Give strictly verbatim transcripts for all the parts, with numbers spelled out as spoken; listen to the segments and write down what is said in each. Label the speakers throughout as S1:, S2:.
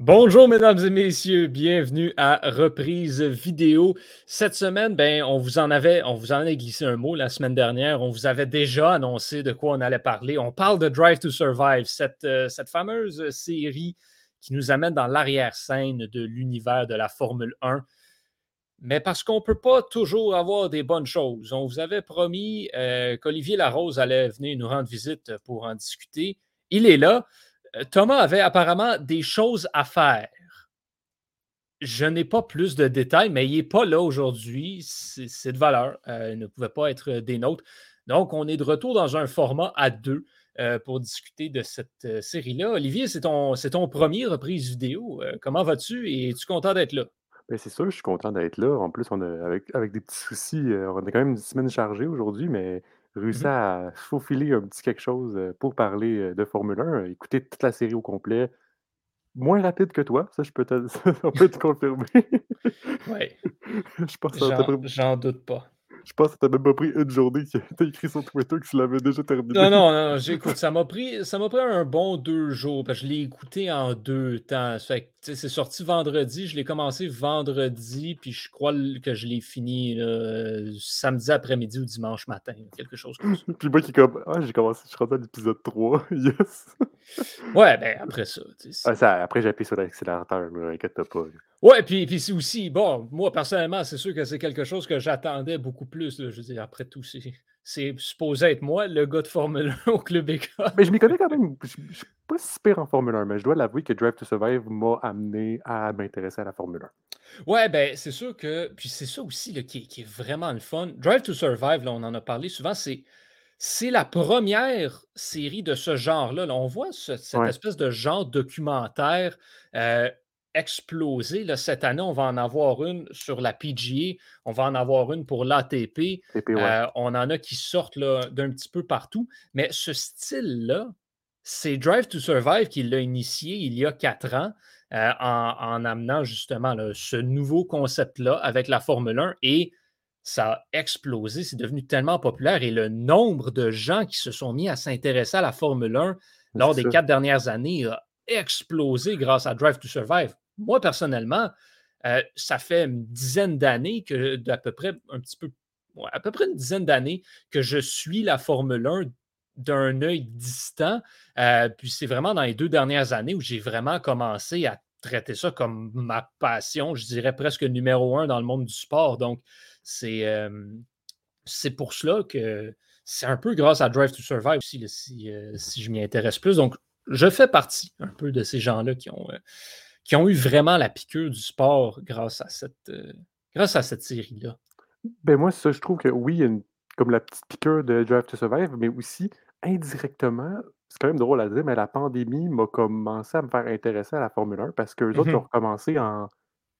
S1: Bonjour mesdames et messieurs, bienvenue à Reprise Vidéo. Cette semaine, ben, on vous en avait, on vous en avait glissé un mot la semaine dernière. On vous avait déjà annoncé de quoi on allait parler. On parle de Drive to Survive, cette, euh, cette fameuse série qui nous amène dans l'arrière-scène de l'univers de la Formule un. Mais parce qu'on ne peut pas toujours avoir des bonnes choses. On vous avait promis euh, qu'Olivier Larose allait venir nous rendre visite pour en discuter. Il est là. Thomas avait apparemment des choses à faire. Je n'ai pas plus de détails, mais il n'est pas là aujourd'hui. C'est, c'est de valeur. Euh, il ne pouvait pas être des nôtres. Donc, on est de retour dans un format à deux euh, pour discuter de cette euh, série-là. Olivier, c'est ton, c'est ton premier reprise vidéo. Euh, comment vas-tu et es-tu content d'être là?
S2: Ben, c'est sûr, je suis content d'être là. En plus, on a, avec, avec des petits soucis, euh, on a quand même une semaine chargée aujourd'hui, mais réussi
S1: Mhm.
S2: à faufiler un petit quelque chose euh, pour parler euh, de Formule un. Écouter toute la série au complet. Moins rapide que toi, ça, je peux te, ça, on peut te confirmer.
S1: Oui,
S2: Je pense que ça t'a
S1: j'en,
S2: pris-
S1: j'en doute pas.
S2: je pense que ça t'a même pas pris une journée que t'as écrit sur Twitter que tu l'avais déjà terminé.
S1: Non, non, non, j'écoute. Ça m'a pris, ça m'a pris un bon deux jours parce que je l'ai écouté en deux temps. Ça fait que, tu sais, c'est sorti vendredi, je l'ai commencé vendredi, puis je crois l- que je l'ai fini là, euh, samedi après-midi ou dimanche matin, quelque chose comme ça.
S2: Puis moi qui est comme, ah, j'ai commencé, je suis rendu à l'épisode trois. Yes!
S1: Ouais, ben après ça, tu sais,
S2: Ah,
S1: c'est.
S2: ça, après, j'ai appuyé sur l'accélérateur, là, inquiète-toi pas.
S1: Ouais, puis, puis c'est aussi, bon, moi personnellement, c'est sûr que c'est quelque chose que j'attendais beaucoup plus. Là. Je veux dire, après tout, c'est, c'est supposé être moi, le gars de Formule un au Club École.
S2: Mais je m'y connais quand même. Je je suis pas si pire en Formule un, mais je dois l'avouer que Drive to Survive m'a amené à m'intéresser à la Formule un.
S1: Ouais, ben, c'est sûr que. Puis c'est ça aussi là, qui, est, qui est vraiment le fun. Drive to Survive, là, on en a parlé souvent, c'est, c'est la première série de ce genre-là. Là. On voit ce- cette
S2: Ouais,
S1: espèce de genre documentaire euh, exploser. Là. Cette année, on va en avoir une sur la P G A, on va en avoir une pour l'A T P.
S2: T P, ouais.
S1: Euh, on en a qui sortent là, d'un petit peu partout. Mais ce style-là, c'est Drive to Survive qui l'a initié il y a quatre ans euh, en, en amenant justement là, ce nouveau concept-là avec la Formule un et ça a explosé, c'est devenu tellement populaire et le nombre de gens qui se sont mis à s'intéresser à la Formule un
S2: C'est
S1: lors des
S2: ça.
S1: quatre dernières années a explosé grâce à Drive to Survive. Moi, personnellement, euh, ça fait une dizaine d'années que, d'à peu près un petit peu, ouais, à peu près une dizaine d'années que je suis la Formule un d'un œil distant. Euh, puis c'est vraiment dans les deux dernières années où j'ai vraiment commencé à traiter ça comme ma passion, je dirais presque numéro un dans le monde du sport. Donc, c'est euh, c'est pour cela que c'est un peu grâce à Drive to Survive aussi, là, si, euh, si je m'y intéresse plus. Donc, je fais partie un peu de ces gens-là qui ont, euh, qui ont eu vraiment la piqûre du sport grâce à cette, euh, grâce à cette série-là.
S2: Ben moi, ça, je trouve que oui, il y a une, comme la petite piqûre de Drive to Survive, mais aussi, indirectement, c'est quand même drôle à dire, mais la pandémie m'a commencé à me faire intéresser à la Formule un parce qu'eux autres, ils ont
S1: Mhm.
S2: recommencé en,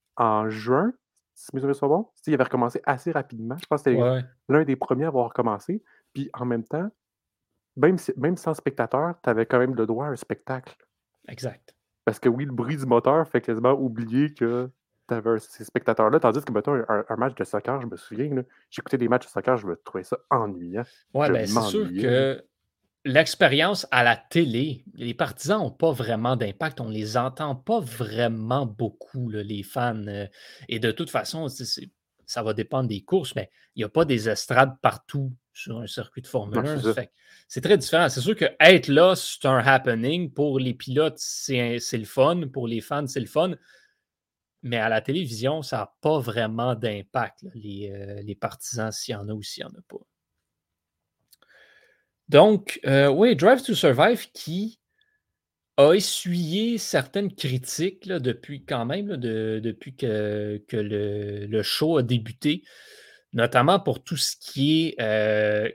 S2: en juin, si mes souvenirs sont bons. Tu sais, ils avaient recommencé assez rapidement. Je pense que c'était
S1: Ouais,
S2: l'un des premiers à avoir recommencé. Puis en même temps, même, si- même sans spectateur, tu avais quand même le droit à un spectacle.
S1: exact.
S2: Parce que oui, le bruit du moteur fait quasiment oublier que tu avais ces spectateurs-là. Tandis que, mettons, un, un match de soccer, je me souviens, là, j'écoutais des matchs de soccer, je me trouvais ça ennuyant.
S1: Ouais,
S2: Je
S1: ben c'est sûr
S2: m'ennuyais, là.
S1: que l'expérience à la télé, les partisans n'ont pas vraiment d'impact. On les entend pas vraiment beaucoup, là, les fans. euh, et de toute façon, c'est- c'est- ça va dépendre des courses, mais il n'y a pas des estrades partout sur un circuit de
S2: Non,
S1: Formule un.
S2: c'est
S1: Ça
S2: ça.
S1: fait que c'est très différent. C'est sûr que être là, c'est un happening. Pour les pilotes, c'est un- c'est le fun. Pour les fans, c'est le fun. Mais à la télévision, ça n'a pas vraiment d'impact, là, les, euh, les partisans, s'il y en a ou s'il n'y en a pas. Donc, euh, oui, Drive to Survive qui a essuyé certaines critiques là, depuis quand même, là, de- depuis que, que le, le show a débuté, notamment pour tout ce qui est euh,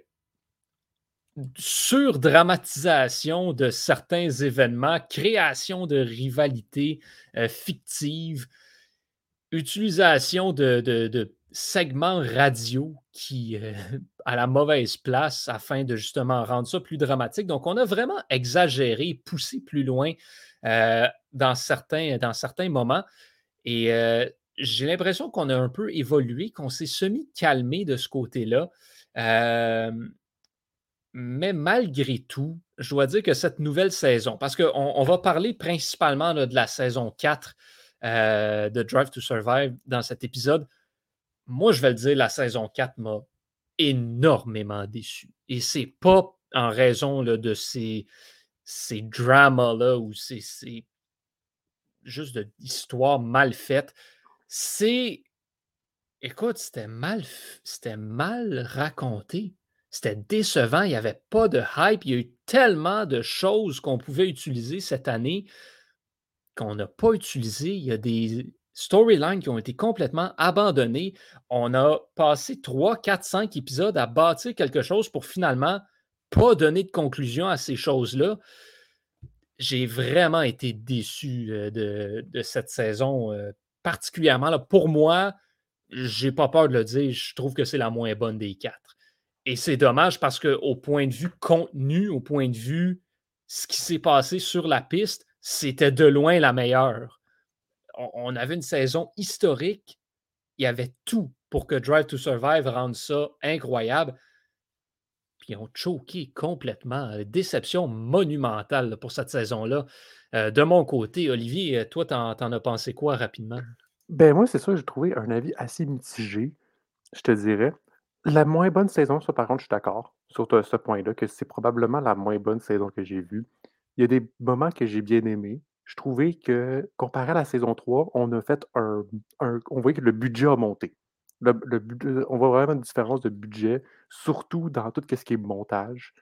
S1: surdramatisation de certains événements, création de rivalités euh, fictives, utilisation de, de- de segments radio qui euh, à la mauvaise place afin de justement rendre ça plus dramatique. Donc, on a vraiment exagéré, poussé plus loin euh, dans, certains, dans certains moments. Et euh, j'ai l'impression qu'on a un peu évolué, qu'on s'est semi-calmé de ce côté-là. Euh, Mais malgré tout, je dois dire que cette nouvelle saison, parce qu'on on va parler principalement là, de la saison quatre euh, de Drive to Survive dans cet épisode. Moi, je vais le dire, la saison quatre m'a énormément déçu. Et c'est pas en raison là, de ces, ces dramas-là ou ces, ces juste d'histoires mal faites. C'est. Écoute, c'était mal, c'était mal raconté. C'était décevant. Il n'y avait pas de hype. Il y a eu tellement de choses qu'on pouvait utiliser cette année qu'on n'a pas utilisé. Il y a des storylines qui ont été complètement abandonnées. On a passé trois, quatre, cinq épisodes à bâtir quelque chose pour finalement pas donner de conclusion à ces choses-là. J'ai vraiment été déçu euh, de, de cette saison, euh, particulièrement. Là, pour moi, j'ai pas peur de le dire, je trouve que c'est la moins bonne des quatre. Et c'est dommage parce qu'au point de vue contenu, au point de vue ce qui s'est passé sur la piste, c'était de loin la meilleure. On, on avait une saison historique. Il y avait tout pour que Drive to Survive rende ça incroyable. Puis ils ont choqué complètement. Déception monumentale là, pour cette saison-là. Euh, de mon côté, Olivier, toi, t'en, t'en as pensé quoi rapidement?
S2: Ben moi, c'est ça, j'ai trouvé un avis assez mitigé, je te dirais. La moins bonne saison, ça par contre, je suis d'accord sur te- ce point-là, que c'est probablement la moins bonne saison que j'ai vue. Il y a des moments que j'ai bien aimés. Je trouvais que, comparé à la saison trois, on a fait un, un- on voyait que le budget a monté. Le, le budget- on voit vraiment une différence de budget, surtout dans tout ce qui est montage,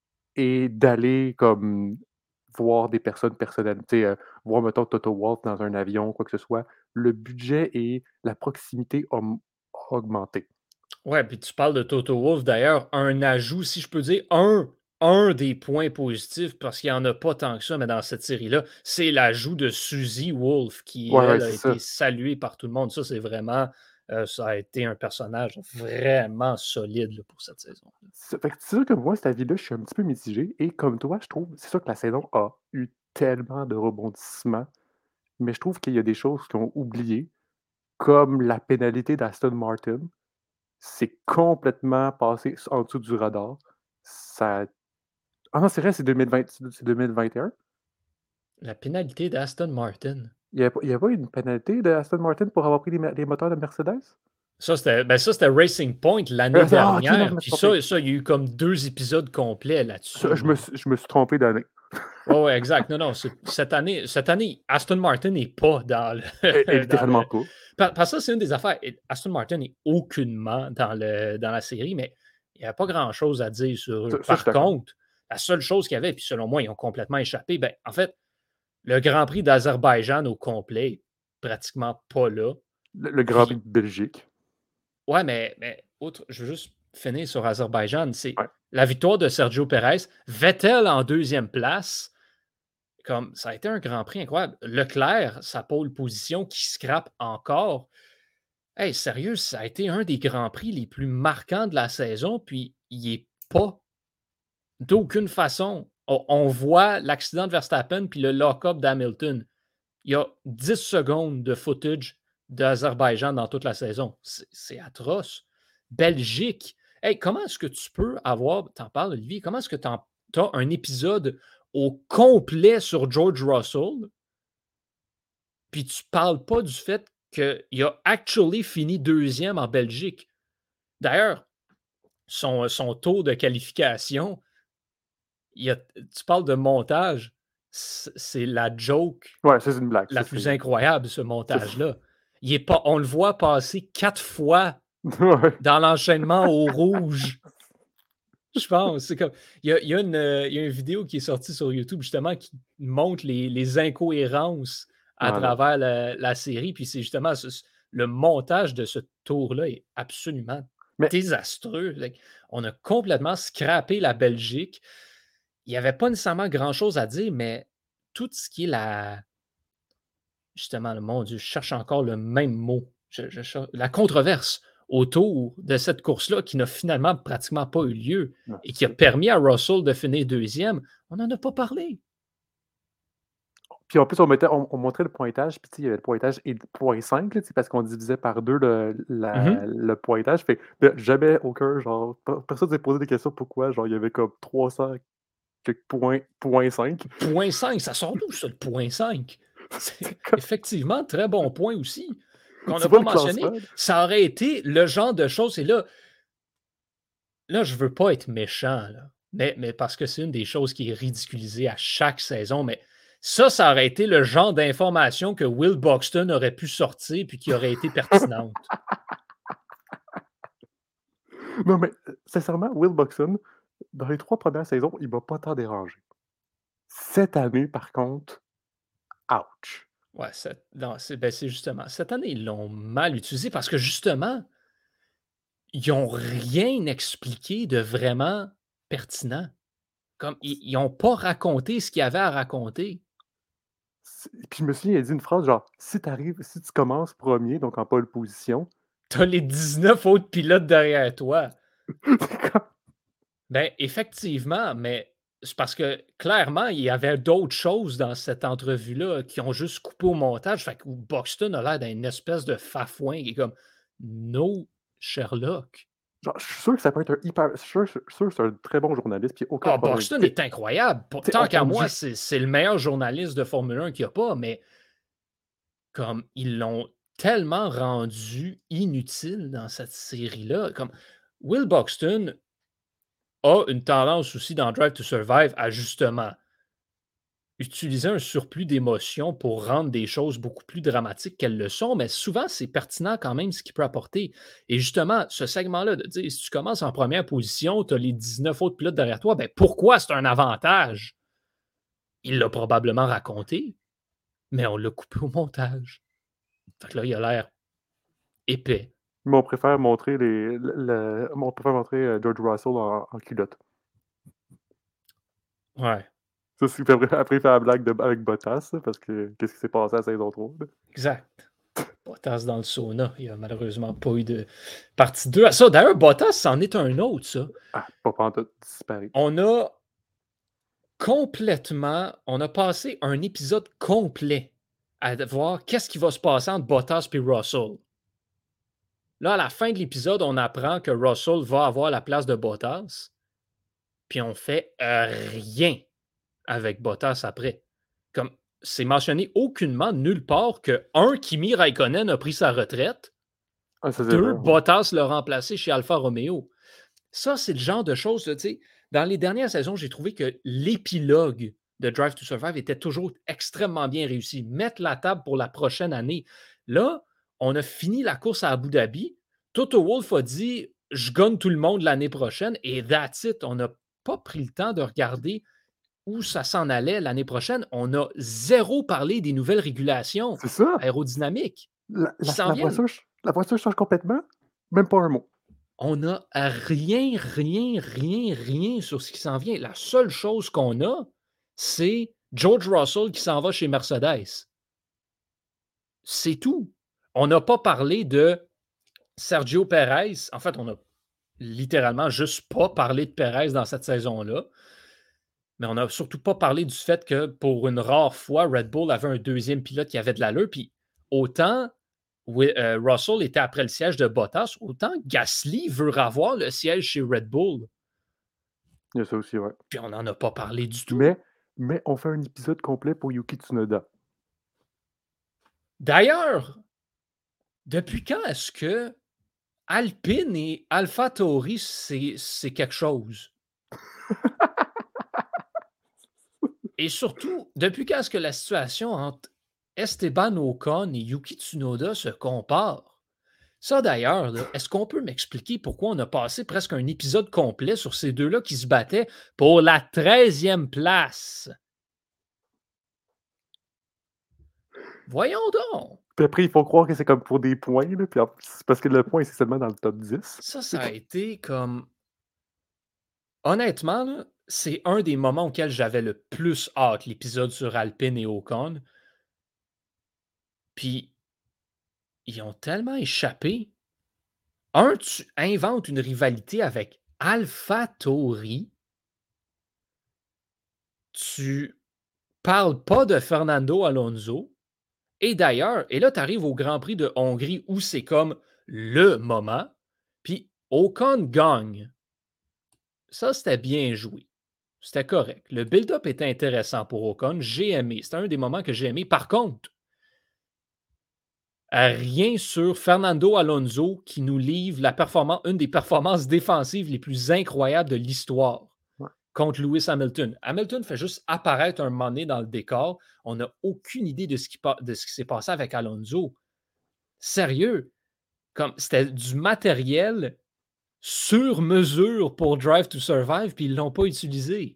S2: et d'aller comme voir des personnes personnelles, tu sais, euh, voir, mettons, Toto Wolff dans un avion, quoi que ce soit. Le budget et la proximité ont ont augmenté.
S1: Ouais, puis tu parles de Toto Wolff, d'ailleurs, un ajout, si je peux dire, un, un des points positifs, parce qu'il n'y en a pas tant que ça, mais dans cette série-là, c'est l'ajout de Suzy Wolf, qui,
S2: Ouais, ouais,
S1: elle, a
S2: c'est
S1: été
S2: ça.
S1: saluée par tout le monde. Ça, c'est vraiment, euh, ça a été un personnage vraiment solide là, pour cette saison.
S2: C'est fait que c'est sûr que moi, cet avis-là, je suis un petit peu mitigé. Et comme toi, je trouve, c'est sûr que la saison a eu tellement de rebondissements, mais je trouve qu'il y a des choses qu'ils ont oubliées, comme la pénalité d'Aston Martin. C'est complètement passé en dessous du radar. Ça... Ah non, c'est vrai, c'est deux mille vingt, c'est deux mille vingt et un.
S1: La pénalité d'Aston Martin.
S2: Il n'y a, pas- il y a pas eu une pénalité d'Aston Martin pour avoir pris les, ma- les moteurs de Mercedes?
S1: Ça, c'était ben ça, c'était Racing Point l'année
S2: Euh, ah, ok, non, je
S1: dernière.
S2: me suis
S1: Puis
S2: trompé.
S1: ça, ça, il y a eu comme deux épisodes complets
S2: Ça,
S1: là-dessus.
S2: je, me,
S1: Là.
S2: suis- je me suis trompé d'année.
S1: Ouais, ouais, exact. Non, non, c'est- cette année, cette année, Aston Martin n'est pas dans
S2: Et, et
S1: le, dans
S2: littéralement
S1: le.
S2: pas.
S1: Par- Parce que ça, c'est une des affaires. Et Aston Martin n'est aucunement dans, le, dans la série, mais il n'y a pas grand-chose à dire sur eux.
S2: Ça, ça, je suis
S1: Par
S2: d'accord.
S1: contre, la seule chose qu'il y avait, puis selon moi, ils ont complètement échappé, ben, en fait, le Grand Prix d'Azerbaïdjan au complet est pratiquement pas là.
S2: Le, le Grand Prix
S1: Puis,
S2: de Belgique.
S1: ouais, mais, mais autre, je veux juste finir sur Azerbaïdjan. C'est
S2: Ouais.
S1: la victoire de Sergio Perez, Vettel en deuxième place. Comme ça a été un Grand Prix incroyable. Leclerc, sa pole position qui scrape encore. Hey, sérieux, ça a été un des Grands Prix les plus marquants de la saison, puis il n'est pas d'aucune façon. On, on voit l'accident de Verstappen puis le lock-up d'Hamilton. Il y a dix secondes de footage d'Azerbaïdjan dans toute la saison. C'est, c'est atroce. Belgique. Hey, comment est-ce que tu peux avoir, t'en parles, Olivier, comment est-ce que tu as un épisode au complet sur George Russell, puis tu parles pas du fait qu'il a actually fini deuxième en Belgique. D'ailleurs, son, son tour de qualification, il a, tu parles de montage, c'est la joke
S2: Ouais, ça, c'est une blague. Ça,
S1: la plus
S2: c'est.
S1: incroyable, ce
S2: ça,
S1: montage-là. Il est pas, on le voit passer quatre fois
S2: c'est- ouais.
S1: dans l'enchaînement au rouge. Je pense. C'est comme, il, y a, il, y a une, euh, il y a une vidéo qui est sortie sur YouTube justement qui montre les, les incohérences à
S2: Ouais, non.
S1: travers la, la série. Puis c'est justement ce- le montage de ce tour-là est absolument
S2: Mais
S1: désastreux. Like, on a complètement scrappé la Belgique. Il n'y avait pas nécessairement grand-chose à dire, mais tout ce qui est la. Justement, le mon Dieu, je cherche encore le même mot. Je- je cherche- la controverse autour de cette course-là qui n'a finalement pratiquement pas eu lieu
S2: non,
S1: et qui a
S2: c'est-
S1: permis à Russell de finir deuxième, on n'en a pas parlé.
S2: Puis en plus, on mettait on on montrait le pointage, puis tu sais, il y avait le pointage et point cinq là, tu sais, parce qu'on divisait par deux le la
S1: Mhm.
S2: le pointage. Fait que là, jamais aucun genre, pe personne s'est posé des questions pourquoi, genre, il y avait comme trois cents quelques points, point cinq.
S1: Point cinq, ça sort d'où ça, le point cinq? C'est
S2: C'est comme
S1: effectivement très bon point aussi, qu'on
S2: tu
S1: n'a
S2: vois
S1: pas
S2: le
S1: mentionné.
S2: classement?
S1: Ça aurait été le genre de choses, et là, là, je veux pas être méchant, là, mais, mais parce que c'est une des choses qui est ridiculisée à chaque saison, mais ça, ça aurait été le genre d'information que Will Buxton aurait pu sortir puis qui aurait été pertinente.
S2: Non, mais heu, sincèrement, Will Buxton, dans les trois premières saisons, il m'a pas tant dérangé. Cette année, par contre, ouch!
S1: Ouais, cette- non, c'est ben, c'est justement, cette année, ils l'ont mal utilisé parce que justement, ils n'ont rien expliqué de vraiment pertinent. Comme ils n'ont pas raconté ce qu'il y avait à raconter.
S2: C'est puis je me souviens, il a dit une phrase genre: «Si tu arrives si tu commences premier donc en pole position».
S1: Tu as les dix-neuf autres pilotes derrière toi.
S2: C'est comme
S1: Ben, effectivement, mais c'est parce que clairement, il y avait d'autres choses dans cette entrevue-là qui ont juste coupé au montage. Fait que Buxton a l'air d'une espèce de fafouin qui est comme No Sherlock.
S2: genre, je suis sûr que ça peut être un hyper je suis sûr je suis sûr que c'est un très bon journaliste, puis aucun
S1: Ah,
S2: problème.
S1: Buxton
S2: Tu sais
S1: est incroyable. Pour-
S2: tu sais,
S1: Tant
S2: on
S1: qu'à
S2: on
S1: moi,
S2: juge
S1: c'est c'est le meilleur journaliste de Formule un qu'il n'y a pas, mais comme ils l'ont tellement rendu inutile dans cette série-là. Comme Will Buxton a une tendance aussi dans Drive to Survive à justement utiliser un surplus d'émotions pour rendre des choses beaucoup plus dramatiques qu'elles le sont, mais souvent, c'est pertinent quand même ce qu'il peut apporter. Et justement, ce segment-là, de dire, si tu commences en première position, tu as les dix-neuf autres pilotes derrière toi, ben pourquoi c'est un avantage? Il l'a probablement raconté, mais on l'a coupé au montage. Fait que là, il a l'air épais.
S2: mais on préfère montrer les le le on préfère montrer, heu, George Russell en en culotte.
S1: Ouais,
S2: Ça, c'est puis après après il fait la blague de avec Bottas là, parce que qu'est-ce qui s'est passé à saison trois là?
S1: exact. Bottas dans le sauna. Il n'y a malheureusement pas eu de partie deux à ça. D'ailleurs, Bottas, c'en est un autre, ça.
S2: Ah, pas pantoute, disparu.
S1: On a complètement, on a passé un épisode complet à voir qu'est-ce qui va se passer entre Bottas et Russell. Là, à la fin de l'épisode, on apprend que Russell va avoir la place de Bottas, puis on fait euh, rien avec Bottas après. Comme c'est mentionné aucunement nulle part que, un, Kimi Raikkonen a pris sa retraite,
S2: Ah, ça c'est
S1: deux,
S2: vrai, ouais.
S1: Bottas l'a remplacé chez Alfa Romeo. Ça, c'est le genre de choses, là, tu sais, dans les dernières saisons, j'ai trouvé que l'épilogue de Drive to Survive était toujours extrêmement bien réussi. Mettre la table pour la prochaine année. Là, on a fini la course à Abu Dhabi. Toto Wolff a dit je gagne tout le monde l'année prochaine et that's it. On n'a pas pris le temps de regarder où ça s'en allait l'année prochaine. On a zéro parlé des nouvelles régulations
S2: C'est ça!
S1: aérodynamiques
S2: La
S1: qui
S2: la
S1: s'en
S2: la
S1: viennent.
S2: voiture ch la voiture change complètement, même pas un mot.
S1: On n'a rien, rien, rien, rien sur ce qui s'en vient. La seule chose qu'on a, c'est George Russell qui s'en va chez Mercedes. C'est tout. On n'a pas parlé de Sergio Perez. En fait, on n'a littéralement juste pas parlé de Perez dans cette saison-là. Mais on n'a surtout pas parlé du fait que pour une rare fois, Red Bull avait un deuxième pilote qui avait de l'allure. Puis autant oui, euh, Russell était après le siège de Bottas, autant Gasly veut avoir le siège chez Red Bull.
S2: Il y a ça aussi, ouais.
S1: Puis on n'en a pas parlé du tout.
S2: Mais mais on fait un épisode complet pour Yuki Tsunoda.
S1: D'ailleurs, depuis quand est-ce que Alpine et AlphaTauri, c'est c'est quelque chose? Et surtout, depuis quand est-ce que la situation entre Esteban Ocon et Yuki Tsunoda se compare? Ça d'ailleurs, là, est-ce qu'on peut m'expliquer pourquoi on a passé presque un épisode complet sur ces deux-là qui se battaient pour la treizième place? Voyons donc!
S2: Puis après, ils font croire que c'est comme pour des points, là, puis en c'est parce que le point, c'est seulement dans le top dix.
S1: Ça, ça a été comme honnêtement, là, c'est un des moments auxquels j'avais le plus hâte, l'épisode sur Alpine et Ocon. Puis, ils ont tellement échappé. Un, tu inventes une rivalité avec AlphaTauri. Tu parle pas de Fernando Alonso. Et d'ailleurs, et là, tu arrives au Grand Prix de Hongrie où c'est comme le moment, puis Ocon gagne. Ça, c'était bien joué. C'était correct. Le build-up était intéressant pour Ocon. J'ai aimé. C'était un des moments que j'ai aimé. Par contre, rien sur Fernando Alonso qui nous livre la performance, une des performances défensives les plus incroyables de l'histoire
S2: Ouais.
S1: contre Lewis Hamilton. Hamilton fait juste apparaître un moment donné dans le décor. On n'a aucune idée de ce qui, de ce qui s'est passé avec Alonso. Sérieux, comme c'était du matériel sur mesure pour Drive to Survive, puis ils ne l'ont pas utilisé.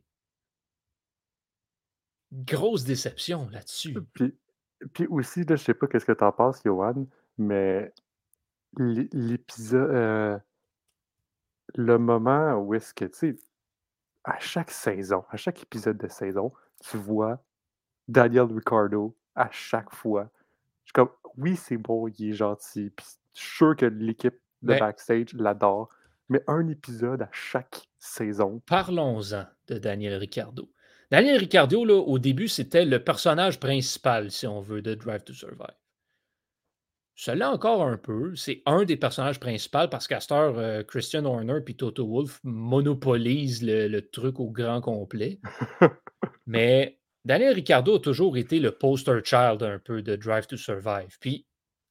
S1: Grosse déception là-dessus.
S2: Puis, puis aussi, là, je sais pas qu'est-ce que tu en penses, Johan, mais l'é- l'épisode, euh, le moment où est-ce que, tu sais, à chaque saison, à chaque épisode de saison, tu vois Daniel Ricciardo à chaque fois. Je suis comme, oui, c'est bon, il est gentil, puis je suis sûr que l'équipe de
S1: Mais
S2: backstage l'adore, mais un épisode à chaque saison.
S1: parlons-en de Daniel Ricciardo. Daniel Ricciardo, là, au début, c'était le personnage principal, si on veut, de Drive to Survive. Cela encore un peu. C'est un des personnages principaux parce qu'à cette heure, euh, Christian Horner et Toto Wolff monopolisent le, le truc au grand complet. Mais Daniel Ricciardo a toujours été le poster child un peu de Drive to Survive. Puis,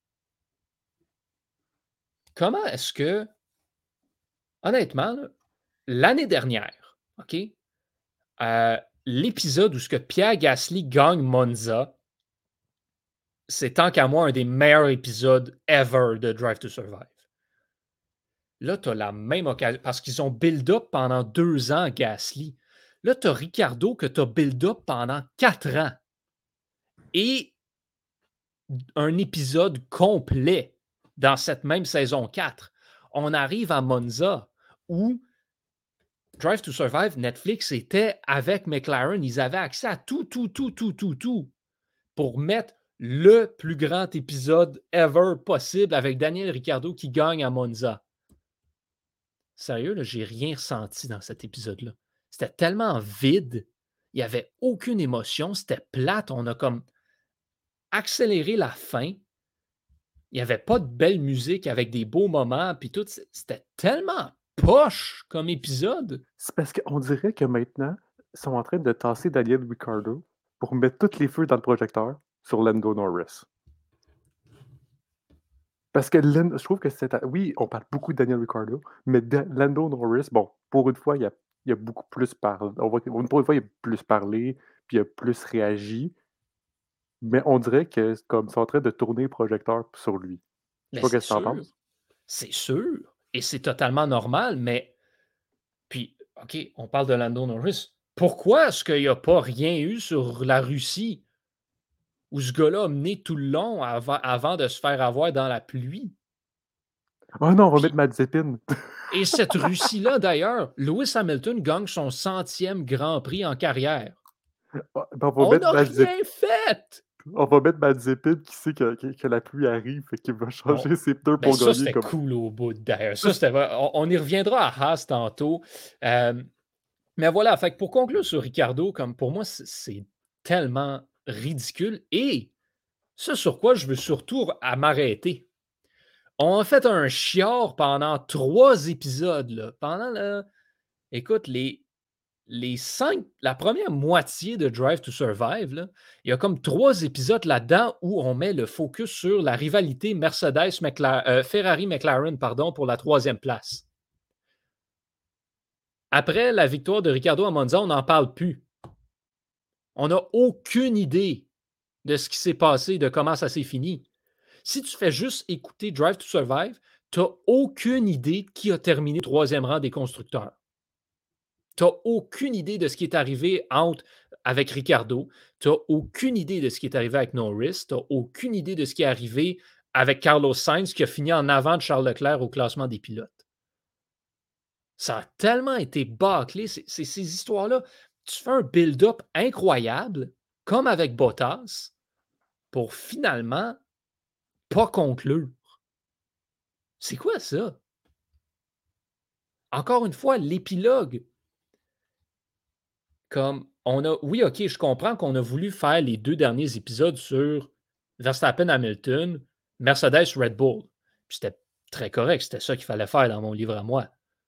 S1: comment est-ce que, honnêtement, là, l'année dernière, OK, euh, l'épisode où ce que Pierre Gasly gagne Monza, c'est tant qu'à moi un des meilleurs épisodes ever de Drive to Survive. Là, tu as la même occasion, parce qu'ils ont build-up pendant deux ans, Gasly. Là, tu as Ricardo que tu as build-up pendant quatre ans. Et un épisode complet dans cette même saison quatre. On arrive à Monza où Drive to Survive, Netflix était avec McLaren. Ils avaient accès à tout, tout, tout, tout, tout, tout pour mettre le plus grand épisode ever possible avec Daniel Ricciardo qui gagne à Monza. Sérieux, là, j'ai rien ressenti dans cet épisode-là. C'était tellement vide. Il n'y avait aucune émotion. C'était plate. On a comme accéléré la fin. Il n'y avait pas de belle musique avec des beaux moments. Puis tout, c'était tellement poche comme épisode.
S2: C'est parce qu'on dirait que maintenant, ils sont en train de tasser Daniel Ricciardo pour mettre tous les feux dans le projecteur sur Lando Norris. Parce que Len- je trouve que c'est. Oui, on parle beaucoup de Daniel Ricciardo, mais de- Lando Norris, bon, pour une fois, il a, il a beaucoup plus parlé. On voit que- pour une fois, il a plus parlé, puis il a plus réagi. Mais on dirait que c'est comme ils sont en train de tourner le projecteur sur lui. Je sais
S1: Mais
S2: pas
S1: c'est
S2: qu'est-ce que t'en
S1: sûr.
S2: penses.
S1: C'est sûr. Et c'est totalement normal. Mais, puis, OK, on parle de Lando Norris. Pourquoi est-ce qu'il n'y a pas rien eu sur la Russie où ce gars-là a mené tout le long avant, avant de se faire avoir dans la pluie?
S2: Oh non, on va mettre
S1: Puis,
S2: Mazepin.
S1: et cette Russie-là, d'ailleurs, Lewis Hamilton gagne son centième Grand Prix en carrière.
S2: Ah, ben, on va
S1: On
S2: mettre
S1: n'a
S2: Mazepin.
S1: rien fait!
S2: On va mettre Mazepin qui sait que, que- que la pluie arrive, fait qu'il va
S1: On-
S2: changer ses pneus
S1: Ben
S2: pour
S1: ça,
S2: gagner
S1: c'était
S2: comme.
S1: cool au bout, d'ailleurs. Ça, c'était vrai. On, on y reviendra à Haas tantôt. Euh, mais voilà, fait que pour conclure sur Ricardo, comme pour moi, c'est c'est tellement ridicule. Et ce sur quoi je veux surtout à m'arrêter. On a fait un chiard pendant trois épisodes. Là. Pendant le. Écoute, les, les cinq, la première moitié de Drive to Survive, là, il y a comme trois épisodes là-dedans où on met le focus sur la rivalité Mercedes euh, Ferrari McLaren pardon, pour la troisième place. Après la victoire de Ricardo à Monza, on n'en parle plus. On n'a aucune idée de ce qui s'est passé, de comment ça s'est fini. Si tu fais juste écouter Drive to Survive, tu n'as aucune idée de qui a terminé au troisième rang des constructeurs. Tu n'as aucune idée de ce qui est arrivé entre, avec Ricardo. Tu n'as aucune idée de ce qui est arrivé avec Norris. Tu n'as aucune idée de ce qui est arrivé avec Carlos Sainz qui a fini en avant de Charles Leclerc au classement des pilotes. Ça a tellement été bâclé, c'est, c'est ces histoires-là. Tu fais un build-up incroyable, comme avec Bottas, pour finalement pas conclure. C'est quoi ça? Encore une fois, l'épilogue. Comme on a oui, OK, je comprends qu'on a voulu faire les deux derniers épisodes sur Verstappen-Hamilton, Mercedes-Red Bull. Puis c'était très correct, c'était ça qu'il fallait faire dans mon livre à moi.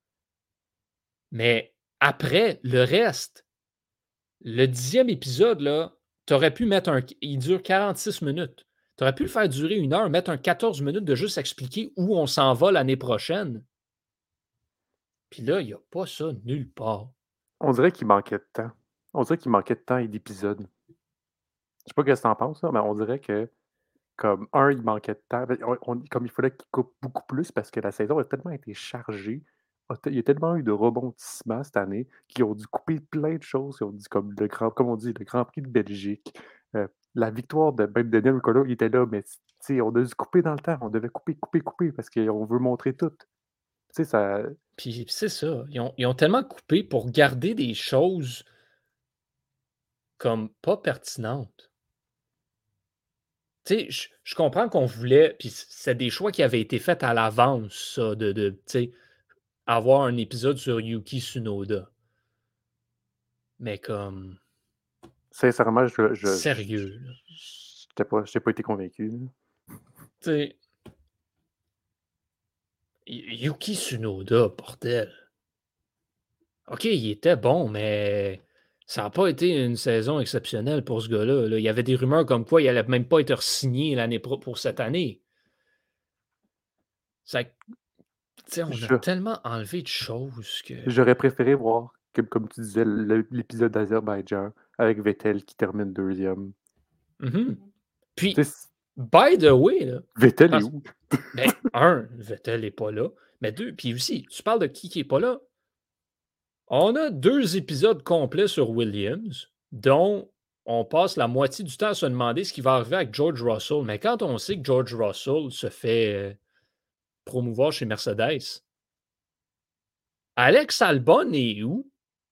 S1: Mais après, le reste, le dixième épisode, là, tu aurais pu mettre un il dure quarante-six minutes. Tu aurais pu le faire durer une heure, mettre un quatorze minutes de juste expliquer où on s'en va l'année prochaine. Puis là, il y a pas ça nulle part.
S2: On dirait qu'il manquait de temps. On dirait qu'il manquait de temps et d'épisodes. Je sais pas qu'est-ce que tu en penses, là, mais on dirait que, comme un, il manquait de temps. Ben, on on comme il fallait qu'il coupe beaucoup plus parce que la saison a tellement été chargée, a te il y a tellement eu de rebondissements cette année qu'ils ont dû couper plein de choses. Ils ont dit comme le grand comme on dit, le Grand Prix de Belgique, heu, la victoire de même Daniel Ricciardo, il était là, mais tu sais, on a dû couper dans le temps. On devait couper, couper, couper parce qu'on veut montrer tout. Tu sais, ça
S1: Puis c'est ça, ils ont ils ont tellement coupé pour garder des choses comme pas pertinentes. Tu sais, je je comprends qu'on voulait puis c c'est des choix qui avaient été faits à l'avance ça, de de, tu sais, avoir un épisode sur Yuki Tsunoda. Mais comme
S2: sincèrement, je je j
S1: sérieux, là.
S2: j'étais pas j'ai pas été convaincu, là.
S1: Tu sais, Yu Yuki Tsunoda, bordel. OK, il était bon, mais ça a pas été une saison exceptionnelle pour ce gars-là, là. Il y avait des rumeurs comme quoi il allait même pas être signé l'année pro pour cette année. Ça tu sais, on a
S2: Je
S1: tellement enlevé de choses que
S2: J'aurais préféré voir, comme comme tu disais, le l'épisode d'Azerbaïdjan avec Vettel qui termine deuxième.
S1: mmh
S2: Tu
S1: Puis,
S2: sais, c
S1: by the way, là,
S2: Vettel est
S1: parce
S2: où?
S1: ben, un, Vettel est pas là, mais deux, puis aussi, tu parles de qui qui est pas là? On a deux épisodes complets sur Williams, dont on passe la moitié du temps à se demander ce qui va arriver avec George Russell. Mais quand on sait que George Russell se fait, heu, promouvoir chez Mercedes, Alex Albon est où?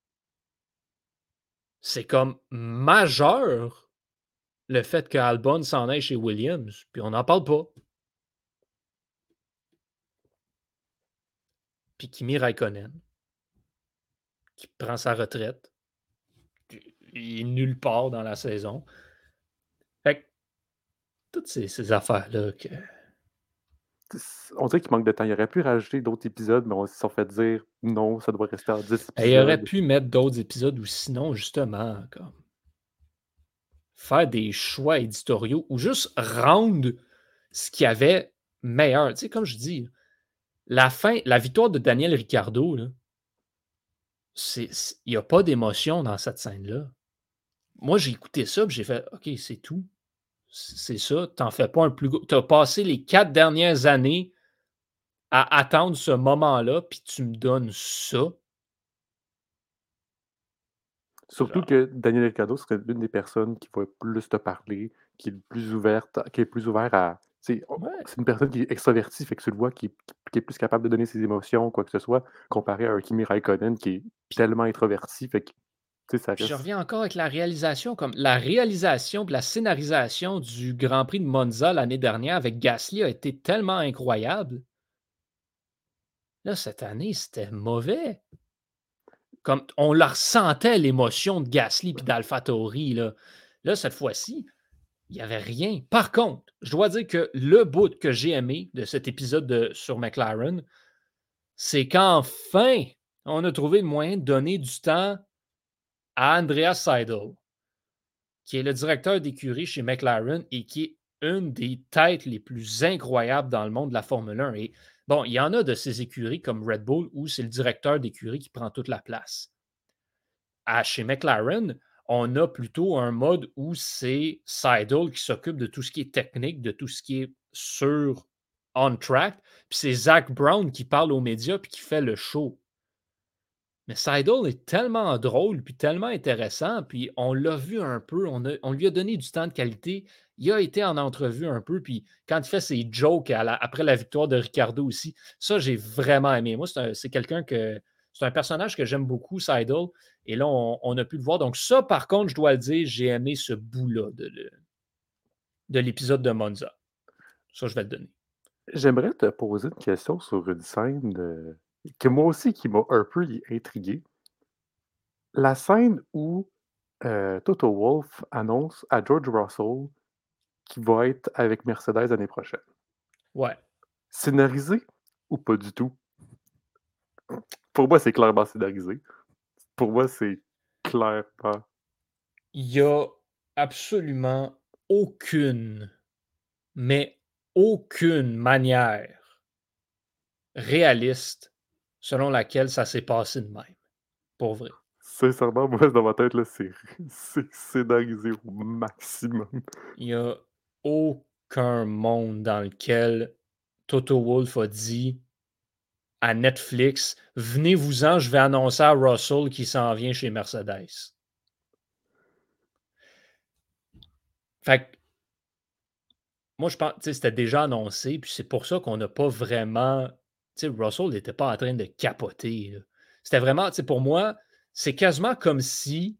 S1: C'est comme majeur le fait qu'Albon s'en aille chez Williams, puis on n'en parle pas. Puis Kimi Raikkonen, qui prend sa retraite, il est nulle part dans la saison. Fait que toutes ces, ces affaires-là que.
S2: C On dirait qu'il manque de temps. Il aurait pu rajouter d'autres épisodes, mais on se sont fait dire: «Non, ça doit rester en dix
S1: Ben, il aurait
S2: épisodes».
S1: pu mettre d'autres épisodes ou sinon, justement, comme faire des choix éditoriaux ou juste rendre ce qu'il y avait meilleur. Tu sais, comme je dis, la fin, la victoire de Daniel Ricciardo, là, c'est, c'est- il n'y a pas d'émotion dans cette scène-là. Moi, j'ai écouté ça, puis j'ai fait OK, c'est tout. C'est ça. T'en fais pas un plus gros. Tu as passé les quatre dernières années à attendre ce moment-là, puis tu me donnes ça.
S2: Surtout
S1: Genre,
S2: que Daniel Ricciardo serait l'une des personnes qui va plus te parler, qui est le plus ouverte, qui est plus ouvert à tu sais, on on
S1: ouais.
S2: c'est une personne qui est extravertie, fait que tu le vois qui est qui est plus capable de donner ses émotions, quoi que ce soit, comparé à un Kimi Raikkonen qui est
S1: Puis,
S2: tellement introverti, fait que, tu sais, ça
S1: puis je
S2: reste
S1: reviens encore avec la réalisation, comme la réalisation, puis la scénarisation du Grand Prix de Monza l'année dernière avec Gasly a été tellement incroyable. Là, cette année, c'était mauvais. Comme on la ressentait l'émotion de Gasly puis d'AlphaTauri, là. Là, cette fois-ci, il n'y avait rien. Par contre, je dois dire que le bout que j'ai aimé de cet épisode de, sur McLaren, c'est qu'enfin, on a trouvé le moyen de donner du temps à Andreas Seidel, qui est le directeur d'écurie chez McLaren et qui est une des têtes les plus incroyables dans le monde de la Formule un. Et bon, il y en a de ces écuries comme Red Bull où c'est le directeur d'écurie qui prend toute la place. À, chez McLaren, on a plutôt un mode où c'est Seidel qui s'occupe de tout ce qui est technique, de tout ce qui est sur on track, puis c'est Zach Brown qui parle aux médias puis qui fait le show. Mais Seidel est tellement drôle puis tellement intéressant, puis on l'a vu un peu, on, a- on lui a donné du temps de qualité. Il a été en entrevue un peu, puis quand il fait ses jokes à la- après la victoire de Ricardo aussi, ça, j'ai vraiment aimé. Moi, c'est un- c'est quelqu'un que. C'est un personnage que j'aime beaucoup, Seidel, et là, on, on a pu le voir. Donc, ça, par contre, je dois le dire, j'ai aimé ce bout-là de, le- de l'épisode de Monza. Ça, je vais le donner.
S2: j'aimerais te poser une question sur une scène de que moi aussi qui m'a un peu i intrigué. La scène où Heu, Toto Wolff annonce à George Russell qu'il va être avec Mercedes l'année prochaine.
S1: Ouais.
S2: Scénarisé ou pas du tout? Pour moi, c'est clairement scénarisé. Pour moi, c'est clairement
S1: Il y a absolument aucune, mais aucune manière réaliste selon laquelle ça s'est passé de même, pour vrai.
S2: sincèrement, moi, dans ma tête, là, c'est c'est scénarisé au maximum.
S1: Il y a aucun monde dans lequel Toto Wolff a dit à Netflix: «Venez-vous-en, je vais annoncer à Russell qu'il s'en vient chez Mercedes». Fait que moi, je pense, tu sais, c'était déjà annoncé, puis c'est pour ça qu'on n'a pas vraiment, tu sais, Russell n'était pas en train de capoter, là. C'était vraiment, tu sais, pour moi, c'est quasiment comme si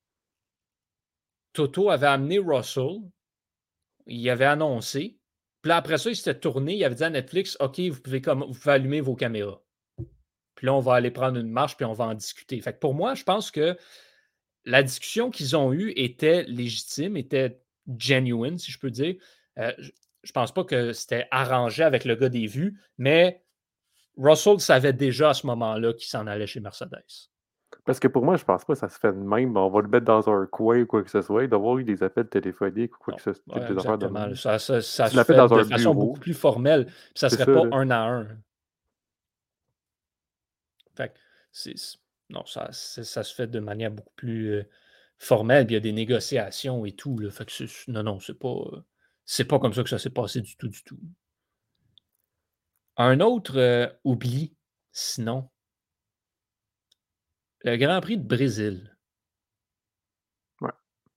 S1: Toto avait amené Russell, il avait annoncé, puis là, après ça, il s'était tourné, il avait dit à Netflix: «OK, vous pouvez comme vous pouvez allumer vos caméras. Puis là, on va aller prendre une marche, puis on va en discuter». Fait que pour moi, je pense que la discussion qu'ils ont eue était légitime, était genuine, si je peux dire. Heu, je je pense pas que c'était arrangé avec le gars des vues, mais Russell savait déjà à ce moment-là qu'il s'en allait chez Mercedes.
S2: Parce que pour moi, je pense pas que ça se fait de même. On va le mettre dans un coin ou quoi que ce soit. Il doit y avoir eu des appels téléphoniques ou quoi
S1: Non,
S2: que ce soit,
S1: ouais,
S2: des affaires de
S1: exactement.
S2: même.
S1: Ça ça ça
S2: Tu
S1: se
S2: l'appelles
S1: fait
S2: dans
S1: de
S2: un
S1: façon beaucoup
S2: bureau,
S1: plus formelle, puis ça
S2: c'est
S1: serait
S2: ça,
S1: pas
S2: là.
S1: un à un. Fait que c'est c non, ça c'est ça se fait de manière beaucoup plus, heu, formelle, puis il y a des négociations et tout, là. Fait que c'est non, non, c'est pas, heu, c'est pas comme ça que ça s'est passé du tout, du tout. Un autre, heu, oubli, sinon, le Grand Prix de Brésil.
S2: Ouais.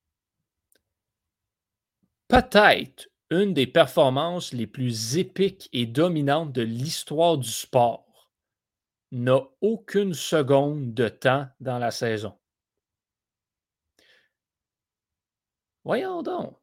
S1: Peut-être une des performances les plus épiques et dominantes de l'histoire du sport n'a aucune seconde de temps dans la saison. Voyons donc!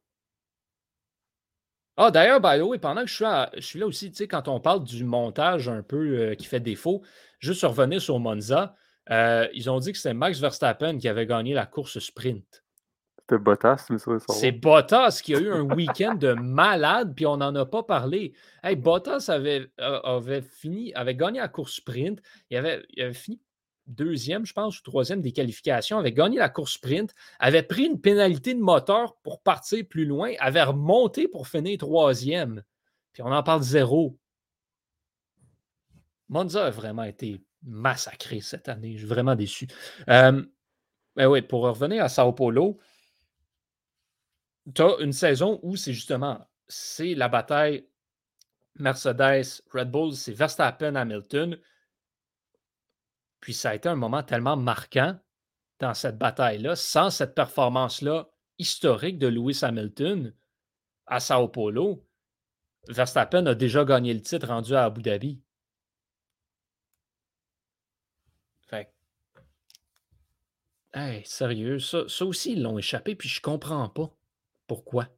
S1: Ah, d'ailleurs, by the way, pendant que je suis à je suis là aussi, tu sais, quand on parle du montage un peu, heu, qui fait défaut, juste revenir sur Monza, heu, ils ont dit que c'était Max Verstappen qui avait gagné la course sprint.
S2: C'était Bottas, mais ça,
S1: C'est
S2: savoir.
S1: Bottas qui a eu un week-end de malade, puis on n'en a pas parlé. Hey, Bottas avait, a- avait fini, avait gagné la course sprint. Il avait, il avait fini deuxième, je pense, ou troisième des qualifications, avait gagné la course sprint, avait pris une pénalité de moteur pour partir plus loin, avait remonté pour finir troisième. Puis on en parle zéro. Monza a vraiment été massacré cette année. Je suis vraiment déçu. Euh, mais oui, pour revenir à Sao Paulo, tu as une saison où c'est justement c'est la bataille Mercedes, Red Bull, c'est Verstappen, Hamilton. Puis ça a été un moment tellement marquant dans cette bataille-là, sans cette performance-là historique de Lewis Hamilton à Sao Paulo. Verstappen a déjà gagné le titre rendu à Abu Dhabi. Fait que, hey, sérieux, ça, ça aussi, ils l'ont échappé, puis je comprends pas pourquoi.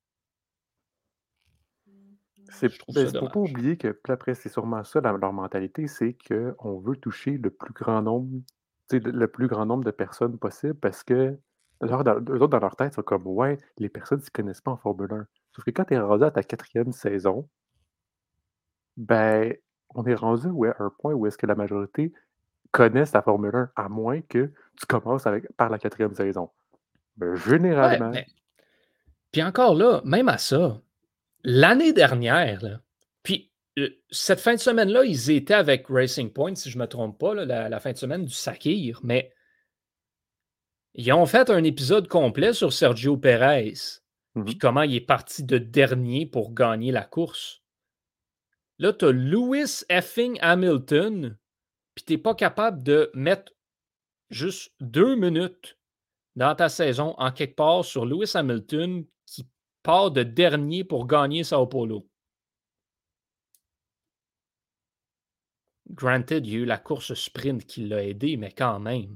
S2: C'est
S1: Je trouve
S2: ben,
S1: ça
S2: c'est pour pas
S1: dommage.
S2: oublier que puis après, c'est sûrement ça la leur mentalité, c'est qu'on veut toucher le plus grand nombre, tu sais, le le plus grand nombre de personnes possible parce que leur dans eux autres, dans leur tête, ils sont comme: «Ouais, les personnes ne s'y connaissent pas en Formule un». Sauf que quand tu es rendu à ta quatrième saison, ben, on est rendu où à un point où est-ce que la majorité connaissent la Formule un, à moins que tu commences avec par la quatrième saison. Ben,
S1: Ouais,
S2: généralement,
S1: mais puis encore là, même à ça, l'année dernière, là, puis, heu, cette fin de semaine-là, ils étaient avec Racing Point, si je ne me trompe pas, là, la la fin de semaine du Sakir, mais ils ont fait un épisode complet sur Sergio Pérez, puis
S2: mmh
S1: comment il est parti de dernier pour gagner la course. Là, tu as Lewis effing Hamilton, puis tu es pas capable de mettre juste deux minutes dans ta saison en quelque part sur Lewis Hamilton qui part de dernier pour gagner Sao Paulo. Granted, il y a eu la course sprint qui l'a aidé, mais quand même,